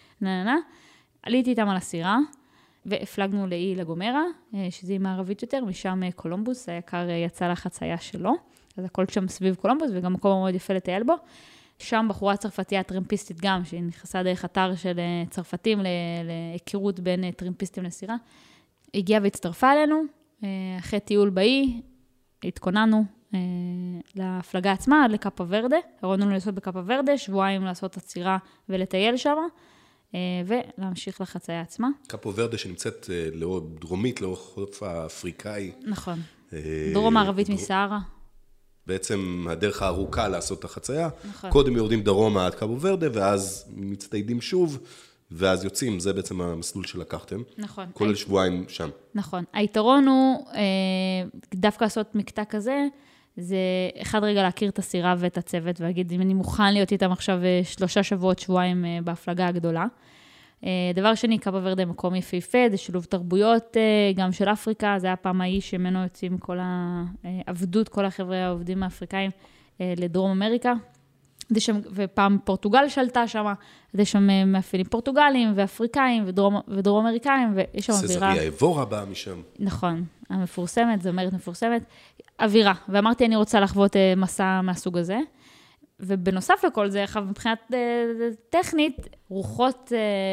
עליתי איתם על הסירה, והפלגנו לאי לגומרה, שזה היא מערבית יותר, משם קולומבוס, היקר יצא לחצייה שלו, אז הכל שם סביב קולומבוס, וגם מקום מאוד יפה לטייל בו. שם בחורה צרפתייה טרמפיסטית גם, שהיא נכנסה דרך אתר של צרפתים להיכרות בין טרמפיסטים לסירה. הגיעה והצטרפה אלינו, אחרי טיול באי, התכוננו להפלגה עצמה, עד לקאפה ורדה. הראינו לעשות בקאפה ורדה, 2 שבועות לעשות עצירה ולטייל שם, ולהמשיך לחצייה עצמה. קאפה ורדה שנמצאת דרומית, לאורך החוף האפריקאי. נכון. דרום מערבית מסהרה. בעצם הדרך הארוכה לעשות את החצייה. נכון. קודם יורדים דרומה עד קאפה ורדה, ואז מצטיידים שוב, ואז יוצאים. זה בעצם המסלול שלקחתם. נכון. כולל 2 שבועות שם. נכון. היתרון הוא, דווקא לעשות מקטע כזה, זה אחד רגע להכיר את הסירה ואת הצוות, ולהגיד, אם אני מוכן להיות איתם עכשיו 3 שבועות, 2 שבועות בהפלגה הגדולה. דבר שני, קאפה ורדה מקום יפהפה, זה שילוב תרבויות גם של אפריקה, זה היה פעם האיש שמנו יוצאים כל העבדות, כל החבר'ה העובדים האפריקאים לדרום אמריקה, ופעם פורטוגל שלטה שם, יש שם מאפיינים פורטוגלים ואפריקאים ודרום אמריקאים, ויש שם אווירה. סזריה אבורה באה משם. נכון, המפורסמת, זו אומרת מפורסמת, אווירה, ואמרתי אני רוצה לחוות מסע מהסוג הזה, ובנוסף לכל זה, מבחינת טכנית, רוחות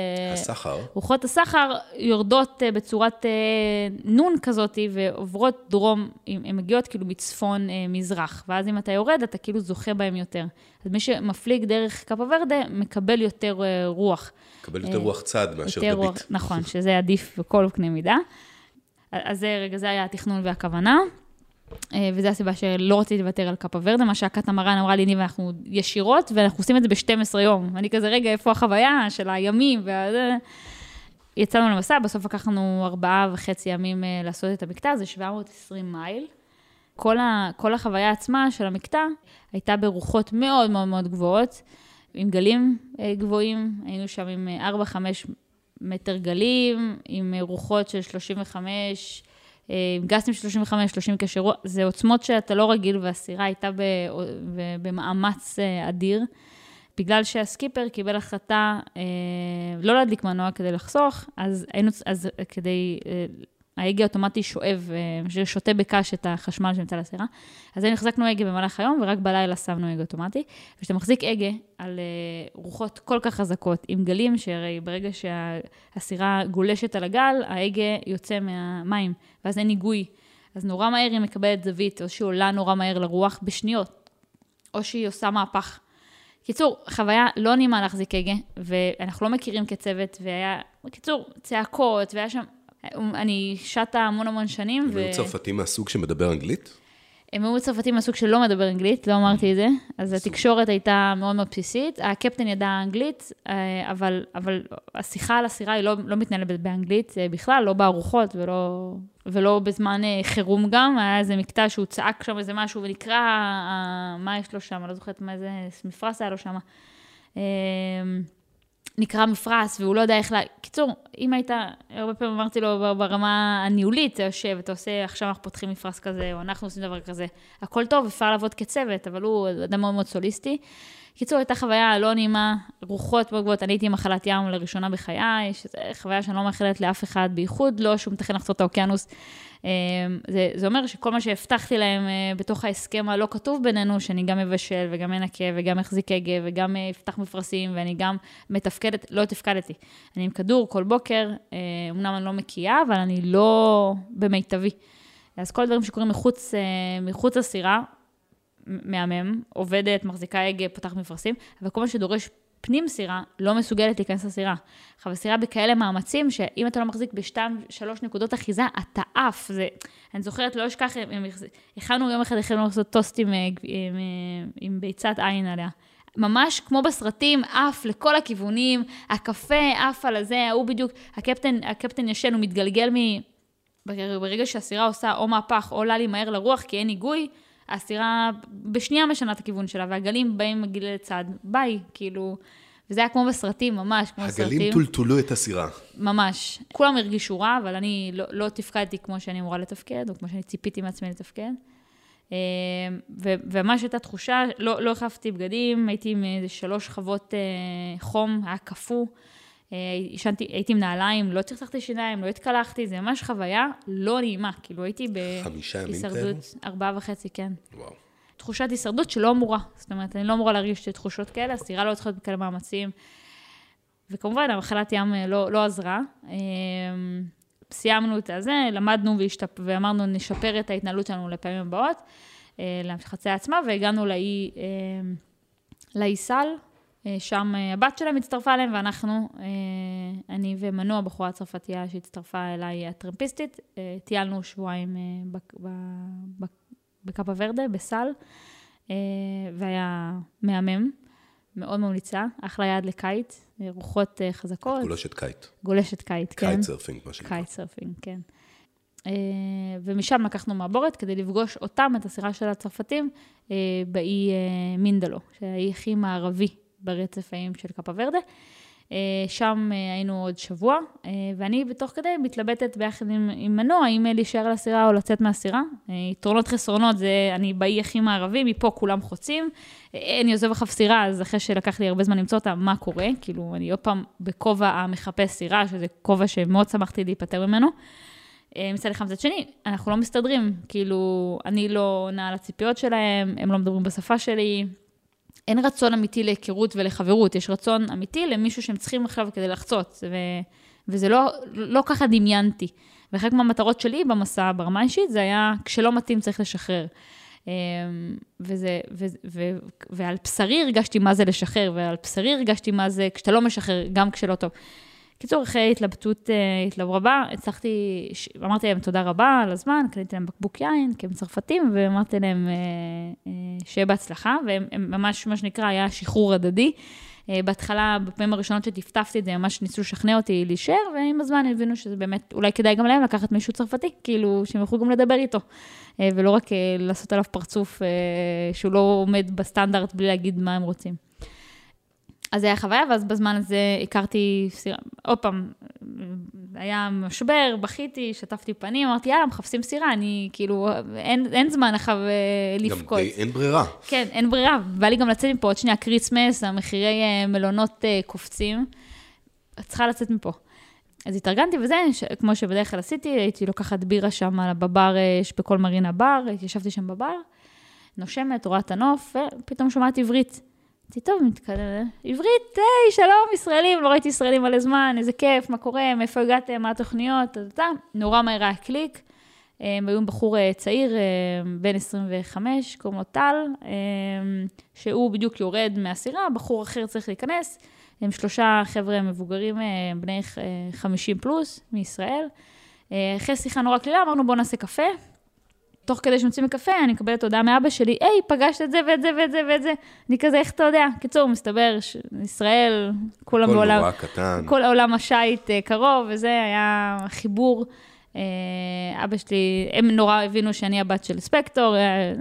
הסחר יורדות בצורת נון כזאת, ועוברות דרום, הן מגיעות כאילו מצפון מזרח, ואז אם אתה יורד, אתה כאילו זוכה בהם יותר. אז מי שמפליג דרך קאפה ורדה, מקבל יותר רוח. מקבל יותר רוח צד מאשר דביט. נכון, שזה עדיף בכל קנה מידה. אז זה היה התכנון והכוונה. וזו הסיבה שלא רציתי לוותר על קאפה ורדה, מה שהקטמרן אמרה לי, ניב, אנחנו ישירות, ואנחנו עושים את זה ב-12 יום. ואני כזה, רגע, איפה החוויה של הימים? יצאנו למסע, בסוף לקחנו 4.5 ימים לעשות את המקטע, זה 720 מייל. כל החוויה עצמה של המקטע הייתה ברוחות מאוד מאוד מאוד גבוהות, עם גלים גבוהים, היינו שם עם 4-5 מטר גלים, עם רוחות של 35, עם גסים של 35, 30 קשר, זה עוצמות שאתה לא רגיל, והסירה הייתה במאמץ אדיר, בגלל שהסקיפר קיבל החלטה לא להדליק מנוע כדי לחסוך, אז כדי, ההגה אוטומטי שואב, שותה בקש את החשמל שנמצא לסירה, אז היינו החזקנו הגה במהלך היום, ורק בלילה שמנו הגה אוטומטי, וכשאתה מחזיק הגה על רוחות כל כך חזקות, עם גלים, שהרי ברגע שהסירה גולשת על הגל, ההגה יוצא מהמים, ואז אין היגוי, אז נורא מהר היא מקבלת זווית, או שהיא עולה נורא מהר לרוח בשניות, או שהיא עושה מהפך. קיצור, חוויה לא נעימה להחזיק הגה, ואנחנו לא מכירים כצוות, והיה, בקיצור, צעקות, והיה שם, אני שטה המון שנים. הם היו צרפתים מהסוג שמדבר אנגלית? הם היו צרפתים מהסוג שלא מדבר אנגלית, לא אמרתי את זה, אז התקשורת הייתה מאוד מאוד בסיסית, הקפטן ידע אנגלית, אבל השיחה על הסירה היא לא מתנהלת באנגלית בכלל, לא בארוחות ולא בזמן חירום גם, היה איזה מקטע שהוא צעק שם איזה משהו ונקרא, מה יש לו שם, לא זוכרת מה איזה מפרס היה לו שם, נקרא מפרס, והוא לא יודע איך קיצור, אם היית, הרבה פעמים אמרתי לו ברמה הניהולית, אתה יושב, אתה עושה, עכשיו אנחנו פותחים מפרס כזה, או אנחנו עושים דבר כזה, הכל טוב, אפשר לעבוד כצוות, אבל הוא אדם מאוד מאוד סוליסטי. קיצור, הייתה חוויה לא נעימה, רוחות מאוד גבוהות, אני הייתי עם מחלת ים לראשונה בחיי, שזו חוויה שאני לא מאחלת לאף אחד, בייחוד לא שהוא מתכן לחצות את האוקיינוס. זה אומר שכל מה שהבטחתי להם בתוך ההסכם הלא כתוב בינינו, שאני גם מבשל וגם מנקה וגם מחזיק הגה וגם אפתח מפרסים ואני גם מתפקדת, לא תפקדתי. אני עם כדור כל בוקר, אמנם אני לא מקיאה, אבל אני לא במיטבי. אז כל הדברים שקורים מחוץ לסירה, מהמם, עובדת, מחזיקה הגה, פותח מפרסים, אבל כל מה שדורש פנים סירה, לא מסוגלת להיכנס לסירה. עכשיו, הסירה בכאלה מאמצים, שאם אתה לא מחזיק ב2-3 נקודות אחיזה, אתה אף. אני זוכרת, לא אשכח, הכנו יום אחד, לעשות טוסט עם ביצת עין עליה. ממש כמו בסרטים, אף לכל הכיוונים, הקפה, אף על הזה, הוא בדיוק, הקפטן ישן, הוא מתגלגל ברגע שהסירה עושה או מהפך, או עולה לי מהר לרוח, כי אין היגוי, הסירה בשנייה משנה את הכיוון שלה, והגלים באים מגיל לצד, ביי, כאילו, וזה היה כמו בסרטים, ממש כמו בסרטים. הגלים טולטולו את הסירה. ממש. כולם הרגישו רע, אבל אני לא תפקדתי כמו שאני אמורה לתפקד, או כמו שאני ציפיתי מעצמי לתפקד. וממש הייתה תחושה, לא החפתי בגדים, הייתי עם 3 שכבות חום, היה קפוא, הייתי עם נעליים, לא צחצחתי שיניים, לא התקלחתי, זה ממש חוויה לא נעימה, כאילו הייתי בהישרדות, 4.5, כן. וואו. תחושת הישרדות שלא אמורה, זאת אומרת, אני לא אמורה להרגיש תחושות כאלה, הסירה לא צריכה בכאלה מאמצים, וכמובן, המחלת ים לא עזרה. סיימנו את זה, למדנו ואמרנו, נשפר את ההתנהלות שלנו לפעמים הבאות, לחצי עצמה, והגענו לאי סל, שם הבת שלהם הצטרפה אליהם, ואנחנו, אני ומנוע, הבחורה הצרפתייה שהצטרפה אליי הטרמפיסטית, טיילנו שבועיים בקאפה ורדה, בסל, והיה מהמם, מאוד ממליצה, אחלה יעד לקיץ, רוחות חזקות. גולשת קיץ. גולשת קיץ, כן. קיץ סרפינג, מה שנקרא. קיץ סרפינג, כן. ומשם לקחנו מעבורת כדי לפגוש אותם, את הסירה של הצרפתים, באי מינדלו, שהאי הכי מערבי ברצף האיים של קאפה ורדה. שם היינו עוד שבוע, ואני בתוך כדי מתלבטת ביחד עם מנוע, אם להישאר על הסירה או לצאת מהסירה. יתרונות חסרונות, זה אני באי הכי מערבי, מפה כולם חוצים. אני עוזב אחר סירה, אז אחרי שלקח לי הרבה זמן למצוא אותה, מה קורה? כאילו, אני עוד פעם בכובע המחפש סירה, שזה כובע שמאוד שמחתי להיפטר ממנו. מצד אחד מצד שני, אנחנו לא מסתדרים, כאילו, אני לא עונה על הציפיות שלהם, הם לא מדברים בשפה שלי, אין רצון אמיתי להיכרות ולחברות, יש רצון אמיתי למישהו שהם צריכים עכשיו כדי לחצות, וזה לא ככה דמיינתי. וחלק מהמטרות שלי במסע ברמה אישית, זה היה כשלא מתאים צריך לשחרר. ועל בשרי הרגשתי מה זה לשחרר, ועל בשרי הרגשתי מה זה כשאתה לא משחרר, גם כשלא טוב. קיצור, אחרי התלבטות רבה, אמרתי להם תודה רבה על הזמן, קניתי להם בקבוק יין, כי הם צרפתים, ואמרתי להם שיהיה בהצלחה, והם ממש, מה שנקרא, היה שחרור הדדי. בהתחלה, בפעמים הראשונות שטפטפתי את זה, ממש ניסו לשכנע אותי להישאר, ועם הזמן הבינו שזה באמת, אולי כדאי גם להם לקחת מישהו צרפתי, כאילו, שהם יכולו גם לדבר איתו, ולא רק לעשות עליו פרצוף שהוא לא עומד בסטנדרט בלי להגיד מה הם רוצים. אז זה היה חוויה, ואז בזמן הזה הכרתי סירה, עוד פעם, היה משבר, בכיתי, שטפתי פנים, אמרתי, יאללה, מחפשים סירה, אני כאילו, אין זמן אחר לפקוד. גם אין ברירה. כן, אין ברירה, בא לי גם לצאת מפה, עוד שנייה, קריסמס, המחירי מלונות קופצים, צריכה לצאת מפה. אז התארגנתי וזה, כמו שבדרך כלל עשיתי, הייתי לוקחת בירה שם בבר, בכל מרינה בר, ישבתי שם בבר, נושמת, רואה את הנוף, ופתאום שומעת עברית. טוב, עברית, היי, שלום, ישראלים, לא ראיתי ישראלים מלא זמן, איזה כיף, מה קורה, מאיפה הגעתם, מה התוכניות, נורא מהר היה קליק, הם היו בחור צעיר, בן 25, קוראים לו טל, שהוא בדיוק יורד מהסירה, בחור אחר צריך להיכנס, הם 3 חבר'ה מבוגרים, בני 50 פלוס, מישראל, אחרי שיחה נורא כלילה, אמרנו בוא נעשה קפה, תוך כדי שמוצאים מקפה, אני מקבלת הודעה מאבא שלי, היי, פגשת את זה ואת זה ואת זה ואת זה. אני כזה, איך אתה יודע? קיצור, מסתבר שישראל, כולם בעולם... כל נורא קטן. כל העולם השייט קרוב, וזה היה חיבור. אבא שלי, הם נורא הבינו שאני הבת של ספקטור,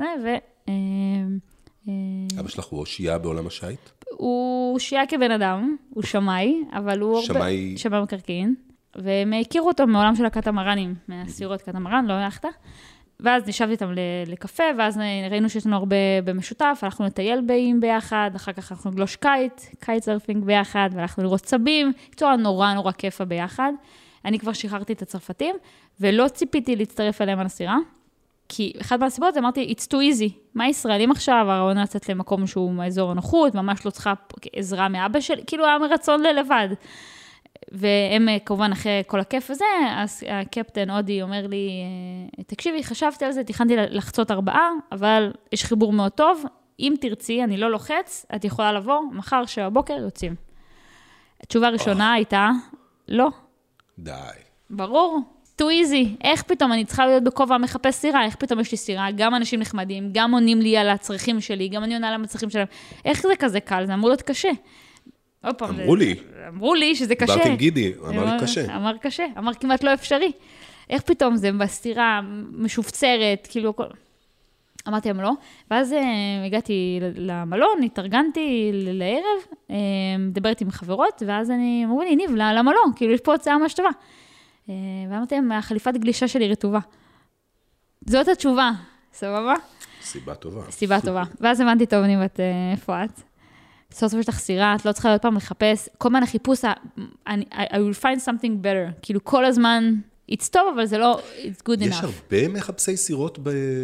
אבא שלך הוא שיעה בעולם השייט? הוא שיעה כבן אדם, הוא שמאי, אבל הוא... שמאי מקרקעין. והם הכירו אותו מעולם של הקטמרנים, מהסירות קטמרן, לא הלכת. ואז נשבתי איתם לקפה, ואז ראינו שיש לנו הרבה במשותף, הלכנו לטייל באים ביחד, אחר כך אנחנו גלוש קיץ סרפינג ביחד, והלכנו לראות צבים, קצוע נורא נורא כיפה ביחד. אני כבר שחררתי את הצרפתים, ולא ציפיתי להצטרף אליהם על הסירה, כי אחד מהסיבות זה אמרתי, it's too easy, מה ישראלים עכשיו, הרעיון לצאת למקום שהוא מאזור הנוחות, ממש לא צריכה עזרה מאבא שלי, כאילו היה מרצון ללבד. והם כמובן אחרי כל הכיף הזה, אז הקפטן אודי אומר לי, תקשיבי, חשבתי על זה, תכנתי לחצות 4, אבל יש חיבור מאוד טוב, אם תרצי, אני לא לוחץ, את יכולה לבוא, מחר שבבוקר יוצאים. התשובה הראשונה הייתה, לא. די. ברור. too easy, איך פתאום אני צריכה להיות בכובע מחפש סירה, איך פתאום יש לי סירה, גם אנשים נחמדים, גם עונים לי על הצרכים שלי, גם אני עונה על הצרכים שלהם, איך זה כזה קל? זה אמור להיות קשה. אמרו לי שזה קשה. דיברתי עם גידי, אמר לי קשה. אמר קשה, אמר כמעט לא אפשרי. איך פתאום זה בסתירה, משופצרת, כאילו, אמרתי להם לא. ואז הגעתי למלון, התארגנתי לערב, מדברת עם חברות, ואז אמרו לי, ניב, למה לא? כאילו, יש פה הצעה ממש טובה. ואמרתי להם, החליפת גלישה שלי רטובה. זאת התשובה, סבבה? סיבה טובה. סיבה טובה. ואז הבנתי טוב, ניב, איפה את? סוף סוף יש לך סירה, את לא צריכה עוד פעם לחפש, כל הזמן החיפוש, I will find something better, כאילו כל הזמן, it's טוב, אבל זה לא, it's good enough. יש הרבה מחפשי סירות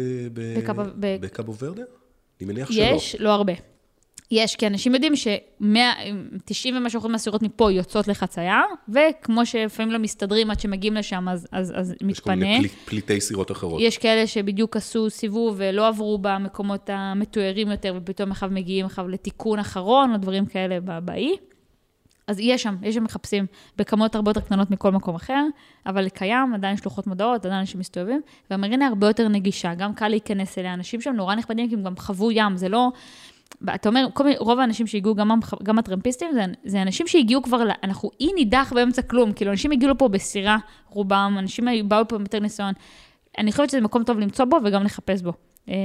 בקאבו ורדה? אני מניח שלא. יש, לא הרבה. יש, כי אנשים יודעים ש90 ומשהו מהסירות מפה יוצאות לחצייה, וכמו שלפעמים לא מסתדרים עד שמגיעים לשם, אז מתפנה. יש כל מיני פליטי סירות אחרות. יש כאלה שבדיוק עשו סיבוב ולא עברו במקומות המתוארים יותר, ופתאום אחד מגיעים לתיקון אחרון, או דברים כאלה באי. אז יש שם מחפשים בכמות הרבה יותר קטנות מכל מקום אחר, אבל קיים, עדיין יש לוחות מודעות, עדיין אנשים מסתובבים, והמרינה הרבה יותר נגישה, גם קל להיכנס אליה, אנשים שם נורא נכבדים, כי הם גם חוו ים, זה לא... אתה אומר, רוב האנשים שהגיעו, גם הטרמפיסטים, זה אנשים שהגיעו כבר, אנחנו אי נידח באמצע כלום, כאילו אנשים הגיעו לפה בסירה, רובם, אנשים באו לפה יותר ניסיון. אני חושבת שזה מקום טוב למצוא בו וגם לחפש בו.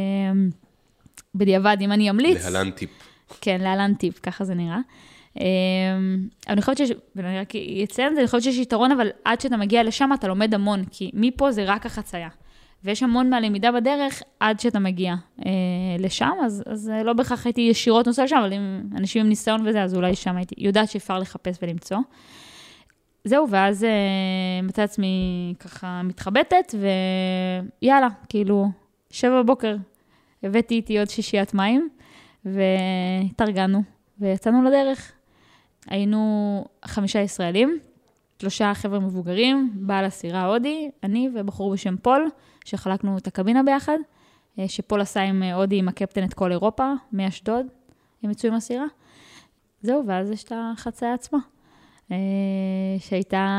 בדיעבד, אם אני אמליץ... להלן טיפ. כן, להלן טיפ, ככה זה נראה. אני חושבת שיש, ואני רק אציין, אני חושבת שיש יתרון, אבל עד שאתה מגיע לשם, אתה לומד המון, כי מפה זה רק החצייה. ויש המון מהלמידה בדרך עד שאתה מגיע לשם, אז לא בכך הייתי ישירות נוסע לשם, אבל אם אנשים עם ניסיון וזה, אז אולי שם הייתי יודעת שאפשר לחפש ולמצוא. זהו, ואז מצא עצמי ככה מתחבטת, ויאללה, כאילו, 7 בבוקר, הבאתי איתי עוד 6 מים, והתארגנו, ויצאנו לדרך. היינו 5 ישראלים, 3 חבר'ה מבוגרים, בעל הסירה הודי, אני ובחור בשם פול, שחלקנו את הקבינה ביחד, שפול עשה עם הודי עם הקפטן את כל אירופה, מאשדוד, הם יצאו עם הסירה. זהו, ואז יש את החצייה עצמה, שהייתה,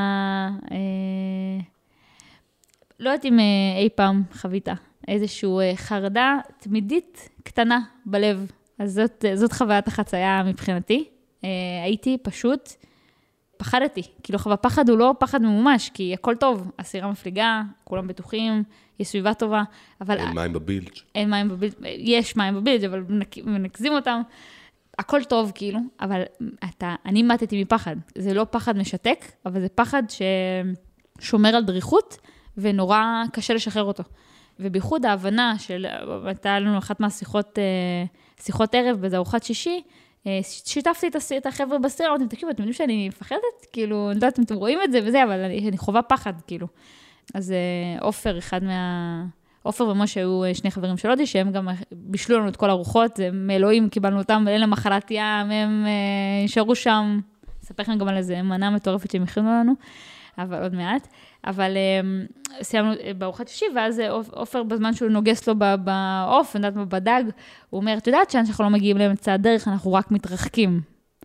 לא יודעת אם אי פעם חוויתה, איזושהי חרדה תמידית קטנה בלב. אז זאת חוויית החצייה מבחינתי. הייתי פשוט... פחדתי, כאילו הפחד הוא לא פחד ממומש, כי הכל טוב, הסירה מפליגה, כולם בטוחים, יש סביבה טובה, אבל... אין מים בבילג'. אין מים בבילג', יש מים בבילג', אבל מנקזים אותם, הכל טוב כאילו, אבל אני מתתי מפחד, זה לא פחד משתק, אבל זה פחד ששומר על דריכות, ונורא קשה לשחרר אותו. ובייחוד ההבנה של, הייתה לנו אחת מהשיחות ערב, באיזה ארוחת שישי, שיתפתי את החבר'ה בסירה, אמרתם, תקשיבו, אתם יודעים שאני מפחדת? כאילו, אני לא יודעת אם אתם רואים את זה וזה, אבל אני חובה פחד, כאילו. אז עופר, עופר ומשה היו 2 חברים של הודי, שהם גם בישלו לנו את כל הרוחות, מאלוהים קיבלנו אותם, ואין להם מחלת ים, הם נשארו שם, אספר לכם גם על איזה מנה מטורפת שהם הכינו לנו, אבל עוד מעט. אבל סיימנו בארוחת שישי, ואז עופר בזמן שהוא נוגס לו בעוף, אני יודעת בדג, הוא אומר, את יודעת שאנחנו לא מגיעים לאמצע הדרך, אנחנו רק מתרחקים.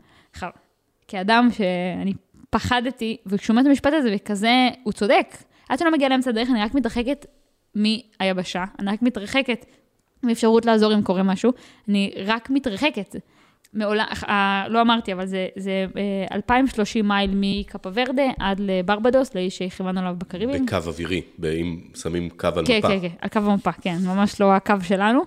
כאדם שאני פחדתי, וכשאומר את המשפט הזה, וכזה, הוא צודק. עד שאני לא מגיעה לאמצע הדרך, אני רק מתרחקת מהיבשה, אני רק מתרחקת מאפשרות לעזור אם קורה משהו, אני רק מתרחקת. לא אמרתי, אבל זה 2,030 מייל מקאפה ורדה עד לברבדוס, לאיש שכיוונו עליו בקריבים. בקו אווירי, אם שמים קו על מפה. כן, על קו המפה, כן, ממש לא הקו שלנו.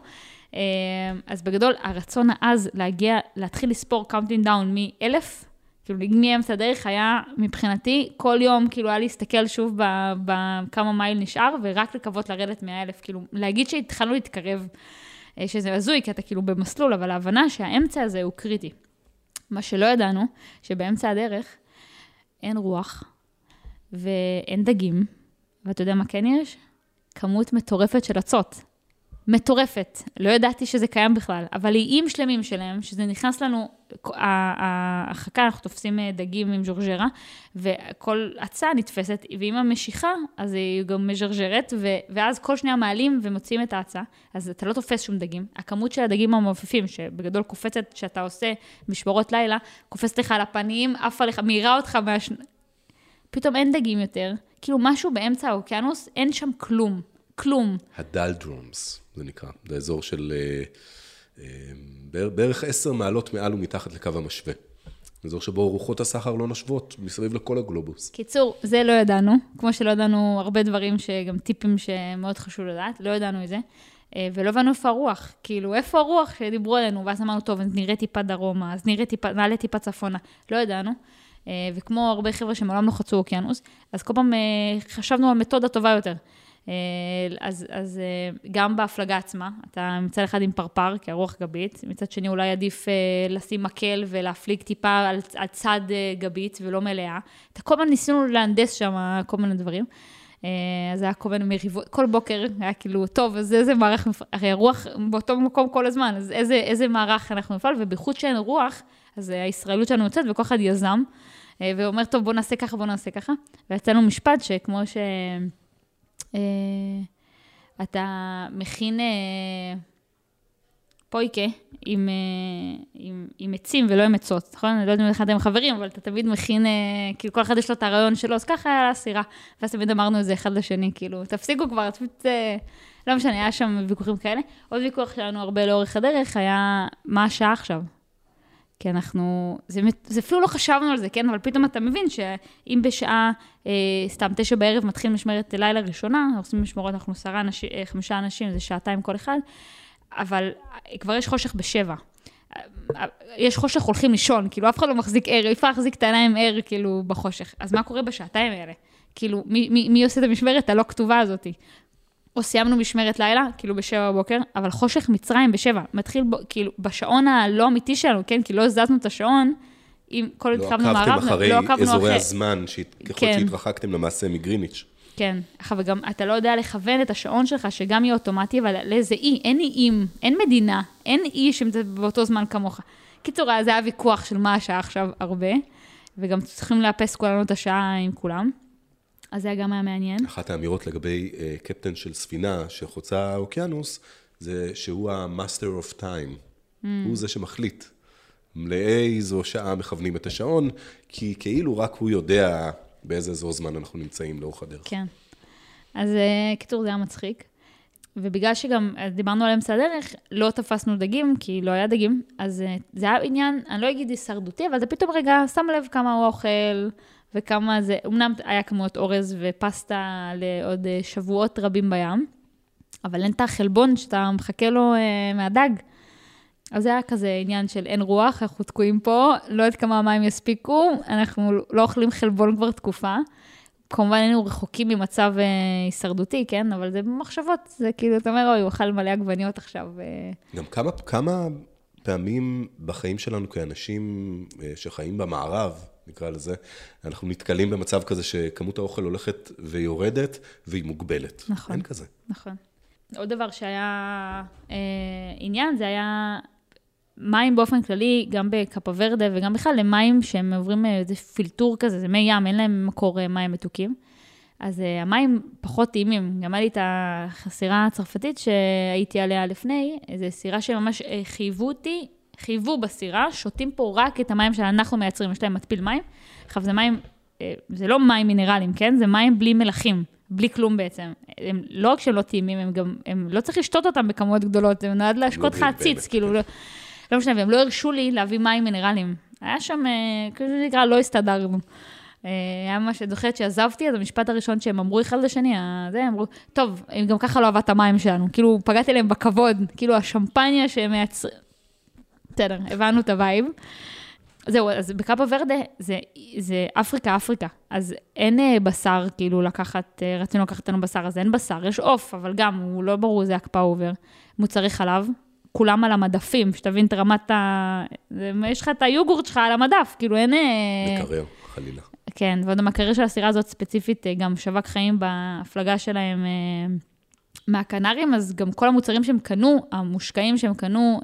אז בגדול, הרצון העז להתחיל לספור קאונטינג דאון מ-1,000, כאילו מאמצע הדרך היה מבחינתי, כל יום כאילו היה להסתכל שוב בכמה מייל נשאר, ורק לקוות לרדת 100,000, כאילו להגיד שהתחלנו להתקרב, שזה הזוי, כי אתה כאילו במסלול, אבל ההבנה שהאמצע הזה הוא קריטי. מה שלא ידענו, שבאמצע הדרך אין רוח, ואין דגים, ואתה יודע מה כן יש? כמות מטורפת של עצות. מטורפת. לא ידעתי שזה קיים בכלל, אבל איים שלמים שלהם, שזה נכנס לנו, החכה, אנחנו תופסים דגים עם ז'ורג'רה, וכל עצה נתפסת, ועם המשיכה, אז היא גם מז'רג'רת, ואז כל שניה מעלים ומוציאים את העצה, אז אתה לא תופס שום דגים. הכמות של הדגים המעופפים, שבגדול קופצת, שאתה עושה משמרות לילה, קופצת לך על הפנים, עפה לך, מהירה אותך פתאום אין דגים יותר, כאילו משהו באמצע האוקיינוס, אין שם כלום, כלום. הדלדרומס, זה נקרא, זה אזור של בערך 10 מעלות מעל ומתחת לקו המשווה. אזור שבו רוחות הסחר לא נושבות, מסביב לכל הגלובוס. קיצור, זה לא ידענו, כמו שלא ידענו הרבה דברים שגם טיפים שמאוד חשוב לדעת, לא ידענו את זה, ולא הבנו איפה הרוח, כאילו איפה הרוח שדיברו עלינו, ואז אמרנו, טוב, אז נראה טיפה דרומה, אז נעלה טיפה צפונה, לא ידענו, וכמו הרבה חבר'ה שמעולם לא חצו אוקיינוס, אז כל פעם חשבנו על מתודה טובה יותר. אז גם בהפלגה עצמה, אתה מצד אחד עם פרפר, כי הרוח גבית, מצד שני אולי עדיף לשים מקל ולהפליג טיפה על צד גבית ולא מלאה. אתה כל פעם ניסינו להנדס שם כל מיני דברים. אז היה כל מיני מריבות, כל בוקר היה כאילו, טוב, אז איזה מערך, הרי הרוח באותו מקום כל הזמן, אז איזה מערך אנחנו נפעל, ובייחוד שאין רוח, אז הישראליות שלנו יוצאת, וכל אחד יזם, ואומר, טוב, בוא נעשה ככה, בוא נעשה ככה. ויצאנו משפט שכמו אתה מכין פויקה עם עצים ולא עם עצות, נכון? אני לא יודעת אם אחד הם חברים, אבל אתה תמיד מכין, כאילו כל אחד יש לו את הרעיון שלו, אז ככה היה לסירה. ואז תמיד אמרנו את זה אחד לשני, כאילו, תפסיקו כבר, לא משנה, היה שם ויכוחים כאלה. עוד ויכוח שלנו הרבה לאורך הדרך היה, מה השעה עכשיו? כי אנחנו, זה אפילו לא חשבנו על זה, כן? אבל פתאום אתה מבין שאם בשעה, סתם 9 בערב מתחיל משמרת לילה ראשונה, אנחנו עושים משמרות, אנחנו 5 אנשים, זה שעתיים כל אחד, אבל כבר יש חושך ב7. יש חושך, הולכים לישון, כאילו אף אחד לא מחזיק ער, אי אפשר להחזיק את העיניים ער, כאילו בחושך. אז מה קורה בשעתיים האלה? כאילו, מי עושה את המשמרת הלא כתובה הזאת? או סיימנו משמרת לילה, כאילו ב7 בבוקר, אבל חושך מצרים ב7, מתחיל כאילו בשעון הלא אמיתי שלנו, כן? כי לא הזזנו את השעון, אם כל התחבנו מערב, לא עקבתם אחרי אזורי הזמן, ככל שהתרחקתם למעשה מגריניץ'. כן, וגם אתה לא יודע לכוון את השעון שלך, שגם יהיה אוטומטי, אבל לאיזה אי, אין איים, אין מדינה, אין אי שבאותו זמן כמוך. קיצור, זה היה ויכוח של מה השעה עכשיו הרבה, וגם צריכים לאפס כולנו את השעה עם כולם. אז זה גם היה מעניין. אחת האמירות לגבי קפטן של ספינה שחוצה האוקיינוס, זה שהוא ה-master of time. הוא זה שמחליט. לאיזו שעה מכוונים את השעון, כי כאילו רק הוא יודע באיזה אזור זמן אנחנו נמצאים לאורך הדרך. כן. אז קיצור, זה היה מצחיק. ובגלל שגם דיברנו על אמצע הדרך, לא תפסנו דגים, כי לא היה דגים. אז זה היה עניין, אני לא אגיד הישרדותי, אבל זה פתאום רגע שם לב כמה הוא אוכל, וכמה זה, אמנם היה כמות אורז ופסטה לעוד שבועות רבים בים, אבל אין את החלבון שאתה מחכה לו מהדג. אז זה היה כזה עניין של אין רוח, אנחנו תקועים פה, לא יודעת כמה המים יספיקו, אנחנו לא אוכלים חלבון כבר תקופה. כמובן היינו רחוקים ממצב הישרדותי, כן? אבל זה במחשבות, זה כאילו, אתה אומר, אוי, הוא אכל מלא עגבניות עכשיו. גם כמה פעמים בחיים שלנו כאנשים שחיים במערב, נקרא לזה, אנחנו נתקלים במצב כזה שכמות האוכל הולכת ויורדת, והיא מוגבלת. נכון. אין כזה. נכון. עוד דבר שהיה עניין, זה היה מים באופן כללי, גם בקפה ורדה וגם בכלל, למים שהם עוברים איזה פילטור כזה, זה מי ים, אין להם מקור מים מתוקים. אז המים פחות טעימים. גם היה לי את הסירה הצרפתית שהייתי עליה לפני, איזו סירה שממש חייבו בסירה, שותים פה רק את המים שאנחנו מייצרים, יש להם מטפיל מים. עכשיו זה מים, זה לא מים מינרלים, כן? זה מים בלי מלחים, בלי כלום בעצם. הם לא רק שהם לא טעימים, הם לא צריך לשתות אותם בכמויות גדולות, הם נועד להשקות לך עציץ, כאילו, לא משנה, והם לא הרשו לי להביא מים מינרלים. היה שם, כמו שזה נקרא, לא הסתדרנו. היה ממש, את זוכרת שעזבתי, אז המשפט הראשון שהם אמרו אחד לשני, אמרו, טוב, הם גם ככה לא אהבה את המים שלנו, כאילו, פגעתי להם בכבוד, כאילו, השמפניה שהם מייצרים, בסדר, הבנו את הווייב. זהו, אז בקפה ורדה, זה אפריקה, אז אין בשר, כאילו, רצינו לקחת לנו בשר, אז אין בשר, יש עוף, אבל גם, הוא לא ברור, זה הקפאה עובר, מוצרי חלב, כולם על המדפים, שתבין את רמת יש לך את היוגורט שלך על המדף, כאילו אין מקרר, חלילה. כן, ועוד המקרר של הסירה הזאת ספציפית, גם שווק חיים בהפלגה שלהם מהקנרים, אז גם כל המוצרים שהם קנו, המושקעים שהם קנו,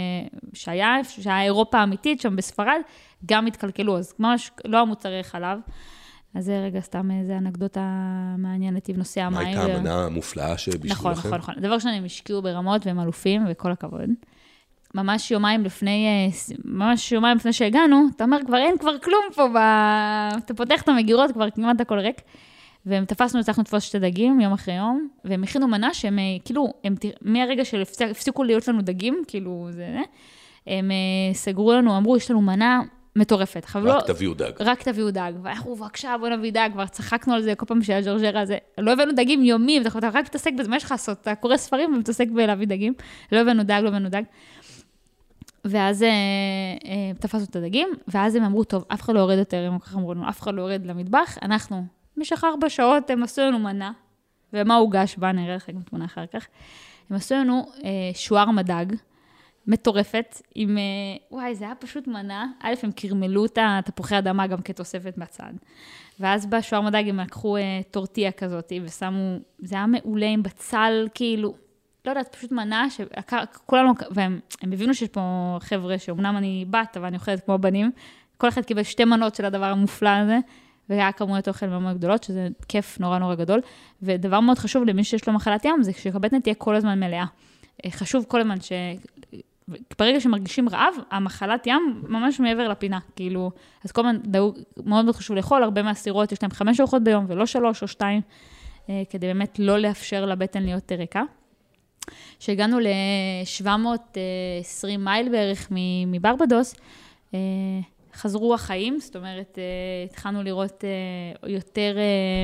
שהיה אירופה האמיתית שם בספרד, גם התקלקלו, אז ממש לא המוצרי חלב. אז זה רגע סתם איזו אנקדוטה מעניינת עם נושא המים. הייתה אמנה מופלאה שבשבילכם. נכון. דבר שאני משקיעו ברמות והם אלופים, וכל הכבוד. ממש יומיים לפני שהגענו, אתה אומר, כבר אין כבר כלום פה, אתה פותח את המגירות, כבר כמעט הכל ריק, והם תפסנו, הצלחנו לתפוס 2 דגים, יום אחרי יום, והם הכינו מנה שהם, כאילו, מהרגע שהפסיקו להיות לנו דגים, כאילו, הם סגרו לנו, אמרו, יש לנו מנה מטורפת. רק תביאו דג. רק תביאו דג. ואנחנו, בבקשה, בוא נביא דג, כבר צחקנו על זה כל פעם שהיה ג'ורג'רה הזה. לא הבאנו דגים יומים, אתה רק מתעסק בזה, מה יש לך לעשות? אתה קורא ספרים ומתעסק בלהביא דגים. לא הבאנו דג. ואז תפסנו את הדגים, ואז הם אמרו, טוב, אף אחד לא יורד יותר, הם ככה אמרו לנו, אף אחד לא יורד למטבח, אנחנו, במשך 4 שעות, הם עשו לנו מנה, ומה הוגש בה, נראה לך גם תמונה אחר כך, הם עשו לנו שוארמה דג, מטורפת, עם, וואי, זה היה פשוט מנה, א', הם קרמלו את תפוחי אדמה גם כתוספת בצד, ואז בשוארמה דג הם לקחו טורטיה כזאת, ושמו, זה היה מעולה עם בצל, כאילו, לא יודעת, פשוט מנה שכולנו, והם הבינו שיש פה חבר'ה, שאומנם אני בת, אבל אני אוכלת כמו בנים, כל אחד קיבל 2 מנות של הדבר המופלא הזה, והיה כמויות אוכל מאוד גדולות, שזה כיף נורא נורא גדול, ודבר מאוד חשוב למי שיש לו מחלת ים, זה שהבטן תהיה כל הזמן מלאה. חשוב כל הזמן ברגע שמרגישים רעב, המחלת ים ממש מעבר לפינה, כאילו, אז כל הזמן מאוד מאוד חשוב לאכול, הרבה מהסירות יש להם 5 ארוחות ביום, ולא 3 או 2, כדי באמת לא לאפשר לבטן להיות ריקה. שהגענו ל-720 מייל בערך מברבדוס, חזרו החיים, זאת אומרת, התחלנו לראות יותר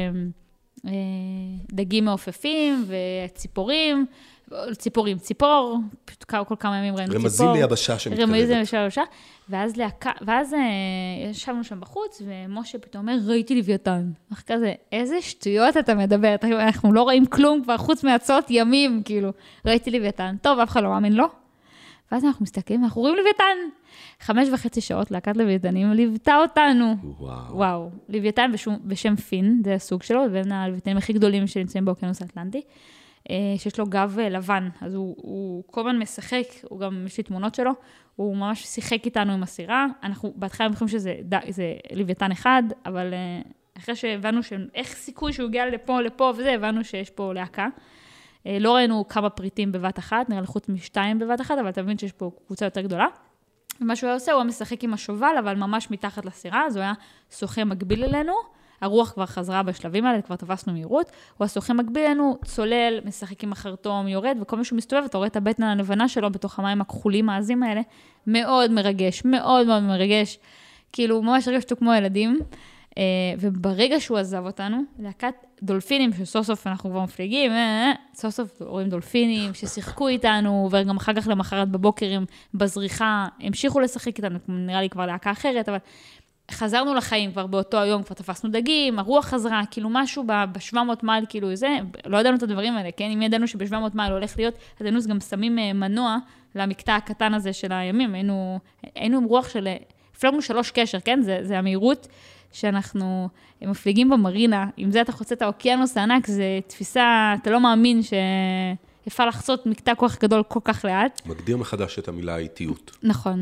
דגים מעופפים וציפורים, ציפור, פשוט כל כמה ימים ראינו ציפור. רמזים ליבשה שמתקרבת. רמזים ליבשה, ואז ישבנו שם בחוץ, ומשה פתאום אומר, ראיתי לוויתן. אך כזה, איזה שטויות אתה מדבר, אנחנו לא רואים כלום כבר חוץ מעצות ימים, כאילו, ראיתי לוויתן. טוב, אף אחד לא מאמין, לא? ואז אנחנו מסתכלים, אנחנו רואים לוויתן. 5.5 שעות, להקת לוויתנים, ליוותה אותנו. וואו. לוויתן בשם פין, זה הסוג שלו, בין הלוויתנים הכי גדולים שנמצאים באוקיינוס האטלנטי. שיש לו גב לבן, אז הוא כל הזמן משחק, הוא גם, יש לי תמונות שלו, הוא ממש שיחק איתנו עם הסירה, אנחנו בהתחלה חושבים שזה לוויתן אחד, אבל אחרי שהבנו איך סיכוי שהוא הגיע לפה וזה, הבנו שיש פה להקה. לא ראינו כמה פריטים בבת אחת, נראה לחוץ מ2 בבת אחת, אבל אתה מבין שיש פה קבוצה יותר גדולה. ומה שהוא היה עושה, הוא היה משחק עם השובל, אבל ממש מתחת לסירה, אז הוא היה שוחה מקביל אלינו, הרוח כבר חזרה בשלבים האלה, כבר תפסנו מהירות, הוא השוחה מקביל אלינו, צולל, משחק עם החרטום, יורד, וכל מי שהוא מסתובב, אתה רואה את הבטן הלבנה שלו בתוך המים הכחולים העזים האלה, מאוד מרגש, מאוד מאוד מרגש, כאילו ממש הרגשנו כמו ילדים, וברגע שהוא עזב אותנו, להקת דולפינים, שסוף סוף אנחנו כבר מפליגים, סוף סוף רואים דולפינים ששיחקו איתנו, וגם אחר כך למחרת בבוקר הם בזריחה, המשיכו לשחק איתנו, נראה לי כבר להקה אחרת, אבל חזרנו לחיים כבר באותו היום, כבר תפסנו דגים, הרוח חזרה, כאילו משהו ב-700 מייל, כאילו זה, לא ידענו את הדברים האלה, כן? אם ידענו שב-700 מייל הולך להיות, אז היינו גם שמים מנוע למקטע הקטן הזה של הימים, היינו עם רוח של, הפלגנו 3 קשר, כן? זה המהירות שאנחנו מפליגים במרינה, עם זה אתה חוצה את האוקיינוס הענק, זה תפיסה, אתה לא מאמין שאפשר לחצות מקטע כוח גדול כל כך לאט. מגדיר מחדש את המילה האיטיות. נכון,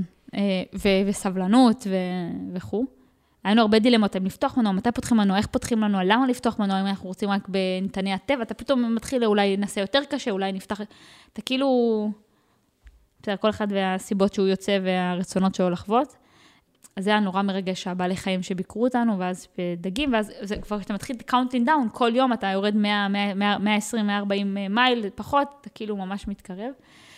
וסבלנות וכו'. היינו הרבה דילמות, אם לפתוח מנוע, מתי פותחים מנוע, איך פותחים מנוע, למה לפתוח מנוע, אם אנחנו רוצים רק בנתני הטבע, אתה פתאום מתחיל, אולי נעשה יותר קשה, אולי נפתח, אתה כאילו, כל אחד והסיבות שהוא יוצא והרצונות שלו לחוות. אז זה היה נורא מרגש שהבעלי חיים שביקרו אותנו, ואז דגים, ואז זה כבר כשאתה מתחיל קאונטינג דאון, כל יום אתה יורד 120, 140 מייל פחות, אתה כאילו ממש מתקרב.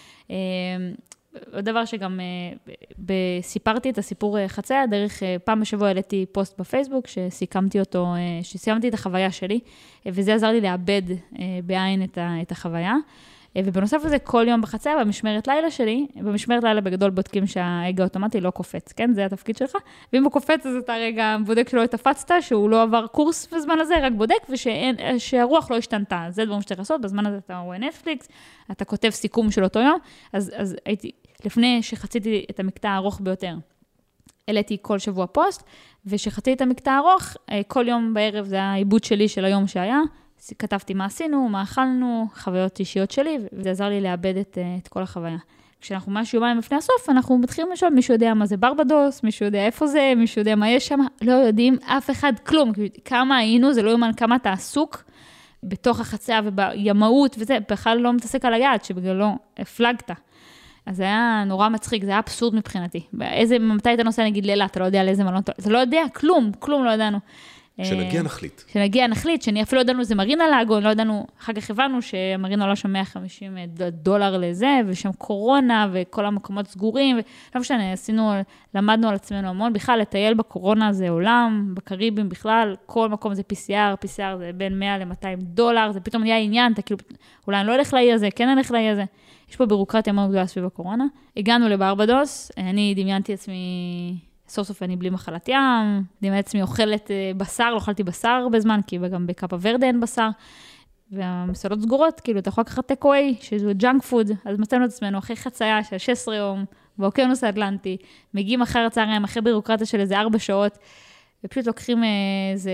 עוד דבר שגם סיפרתי את הסיפור חציה, דרך פעם בשבוע העליתי פוסט בפייסבוק, שסיימתי את החוויה שלי, וזה עזר לי לאבד בעין את החוויה. ובנוסף לזה, כל יום בחציה, במשמרת לילה שלי, במשמרת לילה בגדול בודקים שההגה האוטומטי לא קופץ, כן? זה התפקיד שלך. ואם הוא קופץ, אז אתה רגע בודק שלא התפצת, שהוא לא עבר קורס בזמן הזה, רק בודק, ושהרוח לא השתנתה. זה דברים שצריך לעשות, בזמן הזה אתה רואה נטפליקס, אתה כותב סיכום של אותו יום, אז הייתי, לפני שחציתי את המקטע הארוך ביותר, העליתי כל שבוע פוסט, ושחציתי את המקטע הארוך, כל יום בערב זה העיבוד שלי של היום שהיה, כתבתי מה עשינו, מה אכלנו, חוויות אישיות שלי, וזה עזר לי לאבד את כל החוויה. כשאנחנו ממש יומיים לפני הסוף, אנחנו מתחילים לשאול, מישהו יודע מה זה ברבדוס, מישהו יודע איפה זה, מישהו יודע מה יש שם, לא יודעים אף אחד כלום, כמה היינו, זה לא יומן כמה אתה עסוק, בתוך החציה ובימאות וזה, בכלל לא מתעסק על היעד, שבגללו הפלגת. אז זה היה נורא מצחיק, זה היה אבסורד מבחינתי. מתי אתה נוסע, נגיד, לילה, אתה לא יודע על איזה מלון, אתה לא יודע, כלום לא ידענו. שנגיע נחליט. שאני אפילו לא ידענו, זה מרינה לאגון, לא ידענו, אחר כך הבנו שמרינה עולה שם $150 לזה, ושם קורונה, וכל המקומות סגורים, ולא משנה, למדנו על עצמנו המון, בכלל, לטייל בקורונה זה עולם, בקריבים בכלל, כל מקום זה PCR זה בין $100 ל$200, זה פתאום נהיה עניין, אתה כאילו, אולי אני לא אלך לאי הזה, כן אלך לאי הזה, יש פה בירוקרטיה מאוד גדולה סביב הקורונה. הגענו לברבדוס, אני דמיינתי עצמי, סוף סוף אני בלי מחלת ים, דמיינתי עצמי אוכלת בשר, לא אכלתי בשר בזמן, כי גם בקאפה ורדה אין בשר, והמסעדות סגורות, כאילו, אתה יכול לקחת טייק-אווי, שזה ג'אנק פוד, אז מצאנו את עצמנו אחרי חצייה של 16 יום, באוקיינוס האטלנטי, מגיעים אחר הצהריים, אחרי בירוקרטיה של איזה 4 שעות, ופשוט לוקחים איזה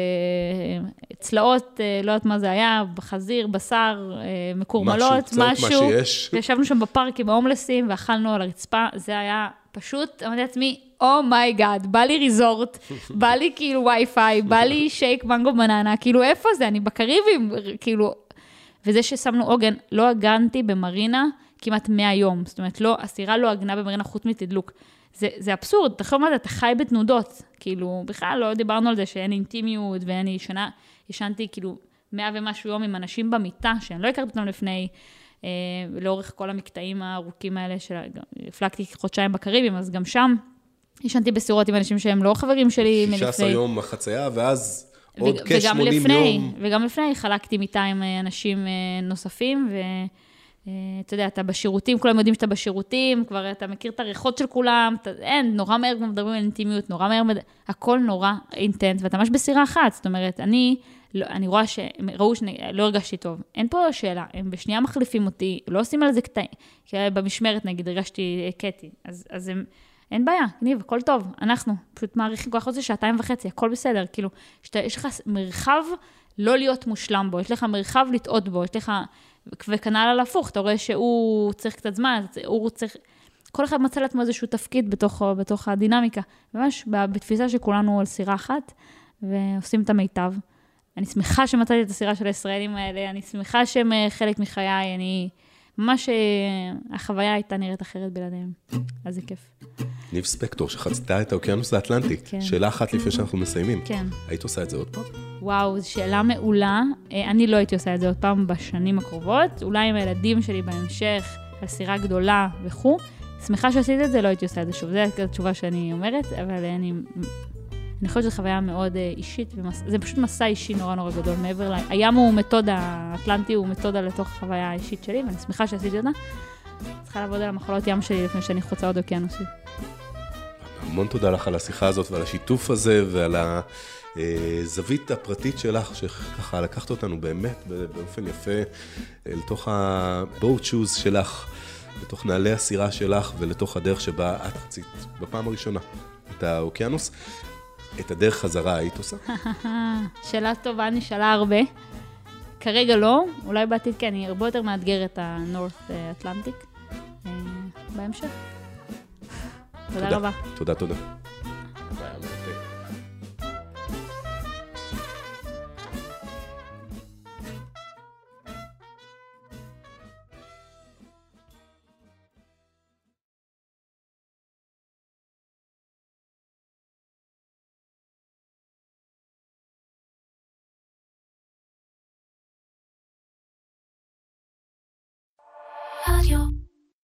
צלעות, לא יודעת מה זה היה, חזיר, בשר, מקורמלות, משהו. וישבנו שם בפארק עם ההומלסים, ואכלנו על הרצפה, זה היה פשוט, אמרתי לעצמי, אומייגאד, בא לי ריזורט, בא לי כאילו וי-פיי, בא לי שייק מנגו בננה, כאילו איפה זה? אני בקריבים, כאילו, וזה ששמנו עוגן, לא הגנתי במרינה כמעט 100 יום, זאת אומרת, הסירה לא הגנה במרינה חוץ מתדלוק. זה אבסורד, אתה חושב מה זה, אתה חי בתנודות, כאילו, בכלל לא דיברנו על זה שאין אינטימיות, ואין ישנתי כאילו 100 ומשהו יום עם אנשים במיטה, שאני לא הכרתי אותם לפני, לאורך כל המקטעים הארוכים האלה, הפלגתי חודשיים בקריבים, אז גם שם ישנתי בסירות עם אנשים שהם לא חברים שלי. 16 יום החצייה, ואז עוד כ-80 יום. וגם לפני חלקתי מיטה עם אנשים נוספים, אתה יודע, אתה בשירותים, כולם יודעים שאתה בשירותים, כבר אתה מכיר את הריחות של כולם, אין, נורא מהר כבר מדברים על אינטימיות, נורא מהר, הכל נורא אינטנס, ואתה ממש בסירה אחת, זאת אומרת, אני רואה ראו שלא הרגשתי טוב, אין פה שאלה, הם בשנייה מחליפים אותי, לא עושים על זה קטעים, כי במשמרת נגיד הרגשתי קטי, אז אין בעיה, גניב, הכל טוב, אנחנו פשוט מעריכים כל החוץ ל2.5 שעות, הכל בסדר, כאילו, יש לך מרחב לא להיות מושלם בו, יש לך מרחב לטעות בו, יש לך וכנ"ל על הפוך, אתה רואה שהוא צריך קצת זמן, הוא צריך, כל אחד מצא לעצמו איזשהו תפקיד בתוך הדינמיקה, ממש בתפיסה שכולנו על סירה אחת, ועושים את המיטב. אני שמחה שמצאתי את הסירה של הישראלים האלה, אני שמחה שהם חלק מחיי, אני ממש, החוויה הייתה נראית אחרת בלעדיהם, אז זה כיף. ניב ספקטור, שחצתה את האוקיינוס האטלנטי, כן. שאלה אחת לפני שאנחנו מסיימים. כן. היית עושה את זה עוד פעם? וואו, זו שאלה מעולה. אני לא הייתי עושה את זה עוד פעם בשנים הקרובות, אולי עם הילדים שלי בהמשך, על סירה גדולה וכו'. שמחה שעשיתי את זה, לא הייתי עושה את זה שוב. זו התשובה שאני אומרת, אבל אני חושבת שזו חוויה מאוד אישית, זה פשוט מסע אישי נורא נורא גדול, מעבר לה. הים הוא מתודה, האטלנטי הוא מתודה לתוך החוויה האישית שלי, ואני שמחה שעשיתי אותה. צריכה לעבוד על המחלות ים שלי לפני שאני חוצה עוד אוקיינוסים. המון תודה לך על השיחה הזאת ועל השיתוף הזה ועל הזווית הפרטית שלך, שככה לקחת אותנו באמת באופן יפה לתוך ה-boat shoes שלך, לתוך נעלי הסירה שלך ולתוך הדרך שבה את חצית בפעם הראשונה את האוקיינוס. את הדרך חזרה היית עושה? שאלה טובה, נשאלה הרבה. כרגע לא, אולי בעתיד כן, אני הרבה יותר מאתגר את ה-North Atlantic. בהמשך. תודה רבה. תודה. רדיו